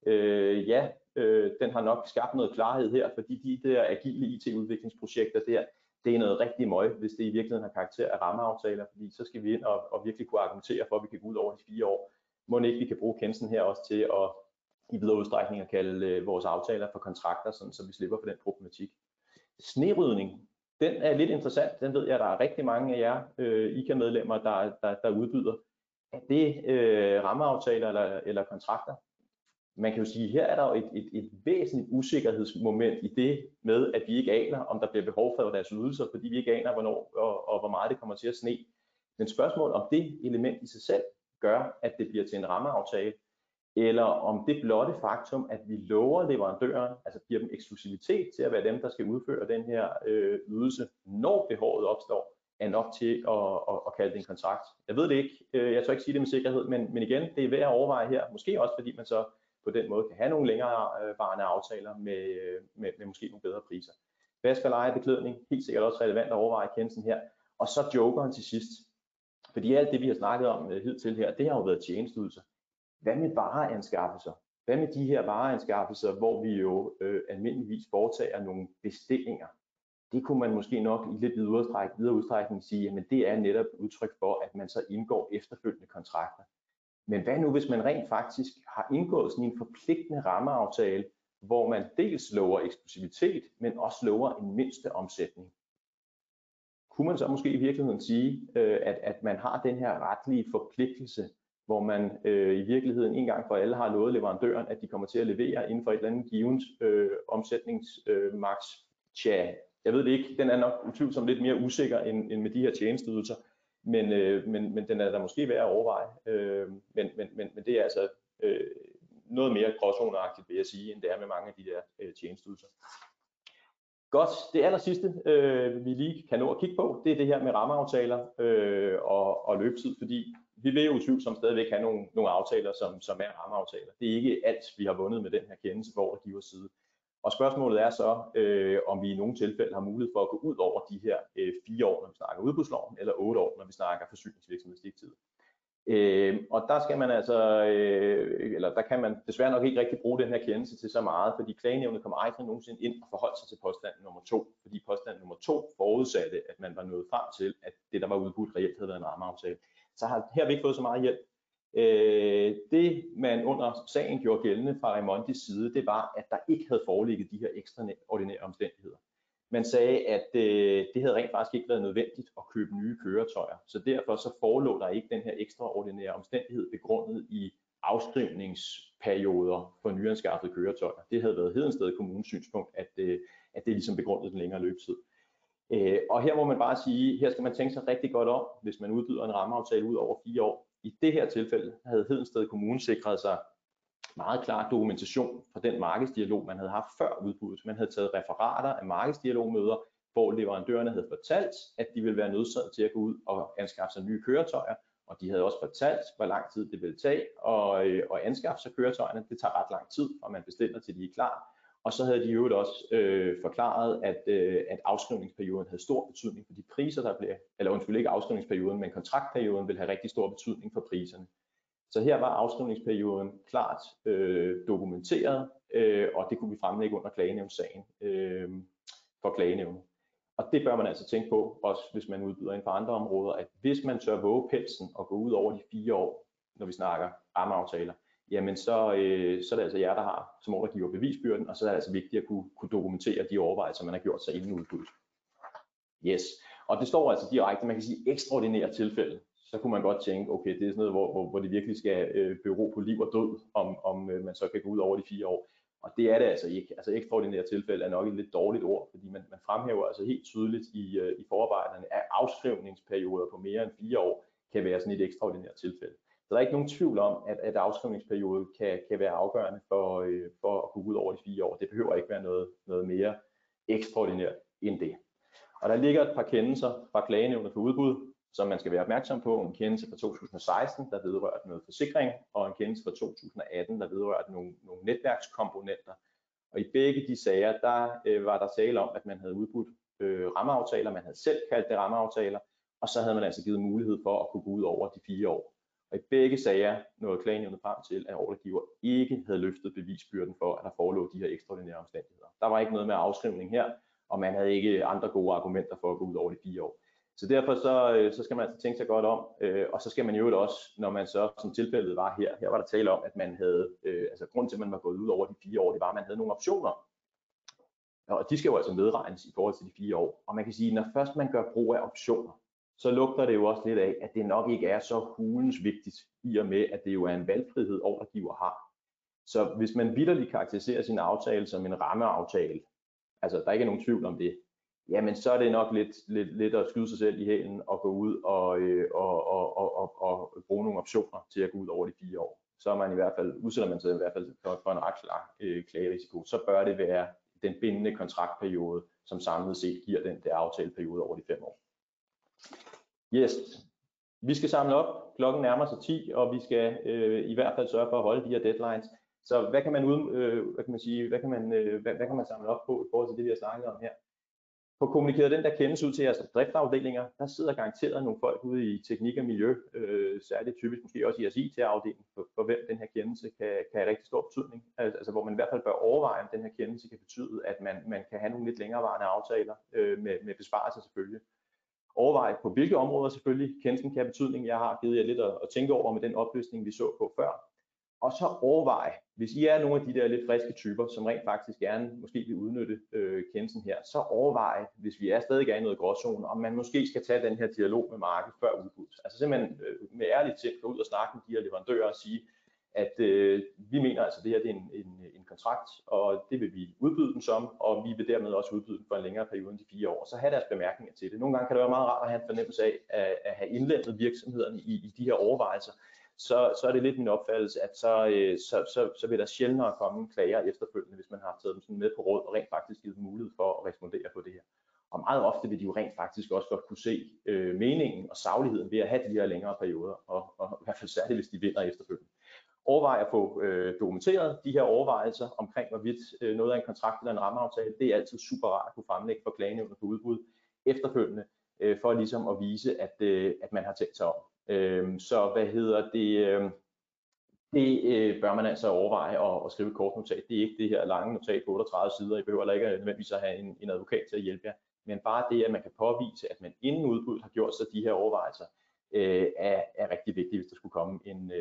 Den har nok skabt noget klarhed her, fordi de der agile IT-udviklingsprojekter der, det er noget rigtig møg, hvis det i virkeligheden har karakter af rammeaftaler, fordi så skal vi ind og virkelig kunne argumentere for, at vi kan gå ud over de 4 år. Må ikke vi kan bruge kendelsen her også til at i videre udstrækning at kalde vores aftaler for kontrakter, sådan, så vi slipper for den problematik. Snerydning, den er lidt interessant. Den ved jeg, der er rigtig mange af jer ICA-medlemmer, der udbyder. Er det rammeaftaler eller kontrakter? Man kan jo sige, her er der jo et væsentligt usikkerhedsmoment i det med, at vi ikke aner, om der bliver behov for deres ydelser, fordi vi ikke aner, hvornår og hvor meget det kommer til at sne. Men spørgsmålet om det element i sig selv gør, at det bliver til en rammeaftale, eller om det blotte faktum, at vi lover leverandøren, altså giver dem eksklusivitet til at være dem, der skal udføre den her ydelse, når behovet opstår, er nok til at kalde det en kontrakt. Jeg ved det ikke, jeg tør ikke sige det med sikkerhed, men igen, det er værd at overveje her, måske også fordi man så på den måde kan have nogle længerevarende aftaler med måske nogle bedre priser. Vask og leje beklædning, helt sikkert også relevant at overveje kendelsen her. Og så jokeren til sidst. Fordi alt det, vi har snakket om hidtil her, det har jo været tjenesteydelser. Hvad med vareanskaffelser? Hvad med de her vareanskaffelser, hvor vi jo almindeligvis foretager nogle bestillinger? Det kunne man måske nok i lidt videre udstrækning sige, at det er netop udtryk for, at man så indgår efterfølgende kontrakter. Men hvad nu, hvis man rent faktisk har indgået sådan en forpligtende rammeaftale, hvor man dels lover eksklusivitet, men også lover en mindste omsætning? Kunne man så måske i virkeligheden sige, at man har den her retlige forpligtelse, hvor man i virkeligheden en gang for alle har lovet leverandøren, at de kommer til at levere inden for et eller andet givet omsætningsmaks? Tja, jeg ved det ikke. Den er nok utvivlsomt lidt mere usikker end med de her tjenesteydelser. Men den er der måske værd at overveje. Men det er altså noget mere gråzoneagtigt, vil jeg sige, end det er med mange af de der tjenesteydelser. Godt, det aller sidste, vi lige kan nå at kigge på, det er det her med rammeaftaler og løbetid, fordi vi vil jo utvivlsomt stadigvæk have nogle aftaler, som er rammeaftaler. Det er ikke alt, vi har vundet med den her kendelse på ordregivers side. Og spørgsmålet er så, om vi i nogle tilfælde har mulighed for at gå ud over de her 4 år, når vi snakker udbudsloven, eller 8 år, når vi snakker forsyningsvirksomhedsdirektivet. Og der skal man altså, eller der kan man desværre nok ikke rigtig bruge den her kendelse til så meget, fordi klagenævnet kommer aldrig nogensinde ind og forholde sig til påstand nummer 2, fordi påstand nummer 2 forudsatte, at man var nået frem til, at det, der var udbudt, reelt havde været en rammeaftale. Så her har vi ikke fået så meget hjælp. Det man under sagen gjorde gældende fra Remondis side, det var, at der ikke havde foreligget de her ekstraordinære omstændigheder. Man sagde, at det havde rent faktisk ikke været nødvendigt at købe nye køretøjer, så derfor så forelå der ikke den her ekstraordinære omstændighed begrundet i afskrivningsperioder for nyanskaffede køretøjer. Det havde været Hedensted Kommunes synspunkt, at det ligesom begrundede den længere løbetid. Og her må man bare sige, her skal man tænke sig rigtig godt om, hvis man udbyder en rammeaftale ud over 4 år. I det her tilfælde havde Hedensted Kommune sikret sig meget klar dokumentation fra den markedsdialog, man havde haft før udbuddet. Man havde taget referater af markedsdialogmøder, hvor leverandørerne havde fortalt, at de ville være nødsaget til at gå ud og anskaffe sig nye køretøjer, og de havde også fortalt, hvor lang tid det ville tage at anskaffe sig køretøjerne. Det tager ret lang tid, fra man bestiller til de er klar. Og så havde de jo også forklaret, at afskrivningsperioden havde stor betydning for de priser, der blev, eller undskyld ikke afskrivningsperioden, men kontraktperioden ville have rigtig stor betydning for priserne. Så her var afskrivningsperioden klart dokumenteret, og det kunne vi fremlægge under klagenævnssagen for klagenævnet. Og det bør man altså tænke på, også hvis man udbyder inden for andre områder, at hvis man tør våge pelsen og gå ud over de 4 år, når vi snakker rammeaftaler, jamen så er det altså jer, der har som ordregiver bevisbyrden, og så er det altså vigtigt at kunne dokumentere de overvejelser, man har gjort sig inden udbuddet. Yes, og det står altså direkte, man kan sige ekstraordinære tilfælde. Så kunne man godt tænke, okay, det er sådan noget, hvor det virkelig skal bero på liv og død, om man så kan gå ud over de 4 år. Og det er det altså ikke. Altså ekstraordinære tilfælde er nok et lidt dårligt ord, fordi man fremhæver altså helt tydeligt i forarbejderne, at afskrivningsperioder på mere end 4 år, kan være sådan et ekstraordinært tilfælde. Så der er ikke nogen tvivl om, at afskrivningsperioden kan være afgørende for at kunne gå ud over de 4 år. Det behøver ikke være noget mere ekstraordinært end det. Og der ligger et par kendelser fra Klagenævnet for Udbud, som man skal være opmærksom på. En kendelse fra 2016, der vedrørte noget forsikring, og en kendelse fra 2018, der vedrørte nogle netværkskomponenter. Og i begge de sager, der var der tale om, at man havde udbudt rammeaftaler, man havde selv kaldt det rammeaftaler, og så havde man altså givet mulighed for at kunne gå ud over de 4 år. Og i begge sager nåede Klagenævnet frem til, at ordregiver ikke havde løftet bevisbyrden for, at der forelå de her ekstraordinære omstændigheder. Der var ikke noget med afskrivning her, og man havde ikke andre gode argumenter for at gå ud over de 4 år. Så derfor så skal man altså tænke sig godt om, og så skal man jo også, når man så, som tilfældet var her var der tale om, at man havde, altså grund til, at man var gået ud over de 4 år, det var, at man havde nogle optioner. Og de skal jo altså medregnes i forhold til de 4 år. Og man kan sige, at når først man gør brug af optioner, så lugter det jo også lidt af, at det nok ikke er så hulens vigtigt, i og med, at det jo er en valgfrihed, ordregiver har. Så hvis man vitterligt karakteriserer sin aftale som en rammeaftale, altså der ikke er nogen tvivl om det, jamen så er det nok lidt at skyde sig selv i hælen og gå ud og bruge nogle optioner til at gå ud over de 4 år. Så er man i hvert fald, udsætter man sig i hvert fald for en ret klar klagerisiko. Så bør det være den bindende kontraktperiode, som samlet set giver den der aftaleperiode over de 5 år. Yes, vi skal samle op. Klokken nærmer sig 10, og vi skal i hvert fald sørge for at holde de her deadlines. Så hvad kan man samle op på i forhold til det, vi har snakket om her? Få kommunikeret den der kendelse ud til jeres driftsafdelinger. Der sidder garanteret nogle folk ude i teknik og miljø, særligt typisk måske også i jeres IT-afdeling, for hvem den her kendelse kan have rigtig stor betydning. Altså hvor man i hvert fald bør overveje, om den her kendelse kan betyde, at man kan have nogle lidt længerevarende aftaler med besparelser selvfølgelig. Overvej på hvilke områder selvfølgelig kendelsen kan have betydning. Jeg har givet jer lidt at tænke over med den opløsning, vi så på før. Og så overvej, hvis I er nogle af de der lidt friske typer, som rent faktisk gerne måske vil udnytte kendelsen her, så overvej, hvis vi stadig er i noget gråzone, om man måske skal tage den her dialog med markedet før udbud. Altså simpelthen med ærligt sind gå ud og snakke med de her leverandører og sige, at vi mener altså, at det her det er en kontrakt, og det vil vi udbyde den som, og vi vil dermed også udbyde den for en længere periode end de 4 år. Så have deres bemærkninger til det. Nogle gange kan det være meget rart at have en fornemmelse af at have indlemmet virksomhederne i de her overvejelser. Så er det lidt min opfattelse, at så vil der sjældnere komme klager efterfølgende, hvis man har taget dem sådan med på råd og rent faktisk givet dem mulighed for at respondere på det her. Og meget ofte vil de jo rent faktisk også godt kunne se meningen og sagligheden ved at have de her længere perioder, og i hvert fald særligt, hvis de vinder efterfølgende. Overvej at få dokumenteret de her overvejelser omkring, hvorvidt noget af en kontrakt eller en rammeaftale, det er altid super rart at kunne fremlægge for Klagenævnet for Udbud efterfølgende, for ligesom at vise, at man har tænkt sig om. Så det bør man altså overveje at skrive et kort notat. Det er ikke det her lange notat på 38 sider. I behøver ikke nødvendigvis at have en advokat til at hjælpe jer. Men bare det, at man kan påvise, at man inden udbuddet har gjort sig de her overvejelser, er rigtig vigtigt, hvis der skulle komme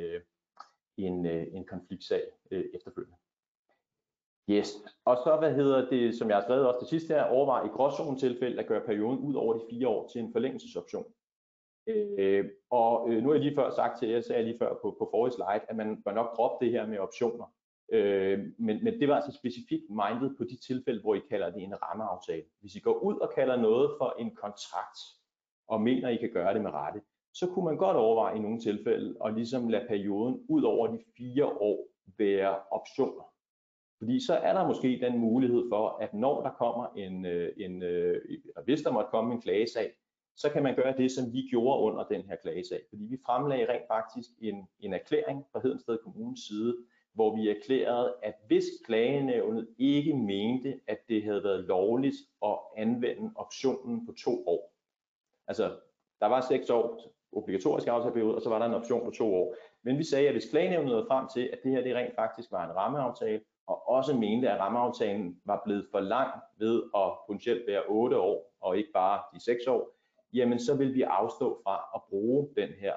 en konfliktsag efterfølgende. Yes, og så som jeg har skrevet også til sidst her, overvej i gråzonetilfælde at gøre perioden ud over de 4 år til en forlængelsesoption. Og nu har jeg lige før sagt til jer, sagde jeg lige før på forrige slide, at man bør nok droppe det her med optioner. Men det var altså specifikt mindet på de tilfælde, hvor I kalder det en rammeaftale. Hvis I går ud og kalder noget for en kontrakt, og mener, I kan gøre det med rette, så kunne man godt overveje i nogle tilfælde at ligesom lade perioden ud over de 4 år være optioner. Fordi så er der måske den mulighed for, at når der kommer hvis der måtte komme en klagesag, så kan man gøre det, som vi gjorde under den her klagesag. Fordi vi fremlagde rent faktisk en erklæring fra Hedensted Kommunes side, hvor vi erklærede, at hvis klagenævnet ikke mente, at det havde været lovligt at anvende optionen på 2 år. Altså, der var 6 år obligatorisk aftaleperiode, og så var der en option på 2 år. Men vi sagde, at hvis klagenævnet nåede frem til, at det her det rent faktisk var en rammeaftale, og også mente, at rammeaftalen var blevet for lang ved at potentielt være 8 år, og ikke bare de 6 år, jamen så vil vi afstå fra at bruge den her,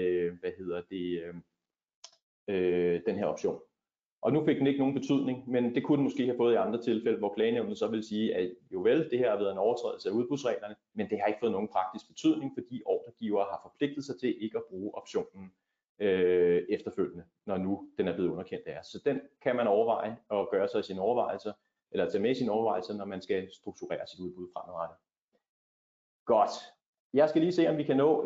den her option. Og nu fik den ikke nogen betydning, men det kunne den måske have fået i andre tilfælde, hvor klagenævnet så vil sige, at jo vel, det her har været en overtrædelse af udbudsreglerne, men det har ikke fået nogen praktisk betydning, fordi ordregiver har forpligtet sig til ikke at bruge optionen efterfølgende, når nu den er blevet underkendt af. Så den kan man overveje og gøre sig sine overvejelser, eller tage med sine overvejelser, når man skal strukturere sit udbud fremadrettet. Godt. Jeg skal lige se, om vi kan nå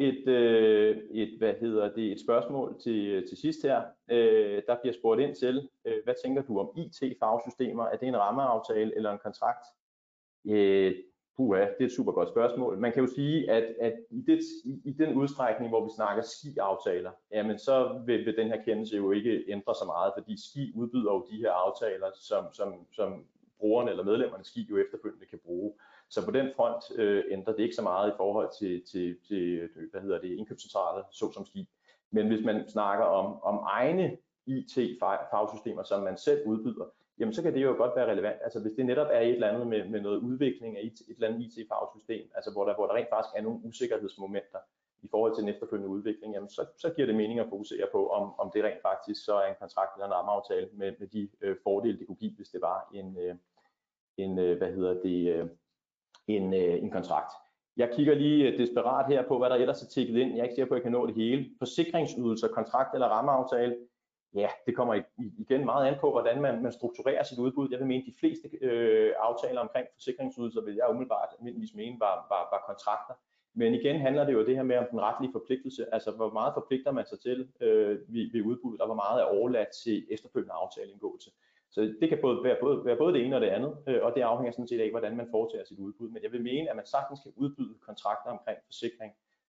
et spørgsmål til sidst her. Der bliver spurgt ind til, hvad tænker du om IT-fagsystemer? Er det en rammeaftale eller en kontrakt? Det er et super godt spørgsmål. Man kan jo sige, at i den udstrækning, hvor vi snakker ski-aftaler, jamen så vil den her kendelse jo ikke ændre så meget, fordi ski udbyder jo de her aftaler, som brugerne eller medlemmerne ski jo efterfølgende kan bruge. Så på den front ændrer det ikke så meget i forhold til indkøbscentraler, såsom ski. Men hvis man snakker om egne IT-fagsystemer, som man selv udbyder, jamen så kan det jo godt være relevant. Altså hvis det netop er et eller andet med noget udvikling af et eller andet IT-fagsystem, altså hvor der rent faktisk er nogle usikkerhedsmomenter i forhold til den efterfølgende udvikling, jamen så giver det mening at fokusere på, om det rent faktisk så er en kontrakt eller en rammeaftale med de fordele, det kunne give, hvis det var en kontrakt. Jeg kigger lige desperat her på, hvad der ellers er tikket ind. Jeg er ikke sikker på, at jeg kan nå det hele. Forsikringsydelser, kontrakt eller rammeaftale. Ja, det kommer igen meget an på, hvordan man strukturerer sit udbud. Jeg vil mene, at de fleste aftaler omkring forsikringsydelser, vil jeg umiddelbart mene, var kontrakter. Men igen handler det jo det her med om den retlige forpligtelse, altså hvor meget forpligter man sig til ved udbuddet, og hvor meget er overladt til efterfølgende aftaleindgåelse. Så det kan være både det ene og det andet, og det afhænger sådan set af, hvordan man foretager sit udbud. Men jeg vil mene, at man sagtens kan udbyde kontrakter omkring forsikring,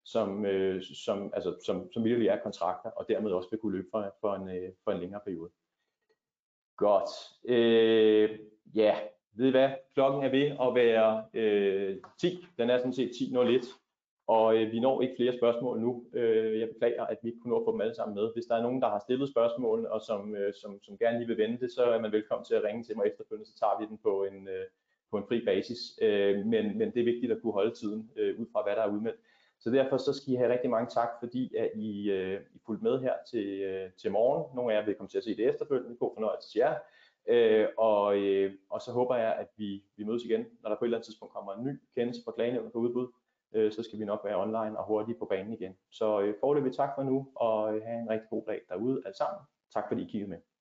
som virkelig er kontrakter, og dermed også vil kunne løbe for en længere periode. Godt. Ja, ved I hvad? Klokken er ved at være 10. Den er sådan set 10:01. Og vi når ikke flere spørgsmål nu. Jeg beklager, at vi ikke kunne nå at få dem alle sammen med. Hvis der er nogen, der har stillet spørgsmål, og som gerne lige vil vente, så er man velkommen til at ringe til mig efterfølgende, så tager vi den på en fri basis. Men det er vigtigt at kunne holde tiden ud fra, hvad der er udmeldt. Så derfor så skal I have rigtig mange tak, fordi at I fulgte med her til morgen. Nogle af jer vil komme til at se det efterfølgende. God fornøjelse til jer. Og så håber jeg, at vi mødes igen, når der på et eller andet tidspunkt kommer en ny kendelse fra Klagenævnet for udbud. Så skal vi nok være online og hurtigt på banen igen. Så foreløbig tak for nu, og have en rigtig god dag derude alle sammen. Tak fordi I kiggede med.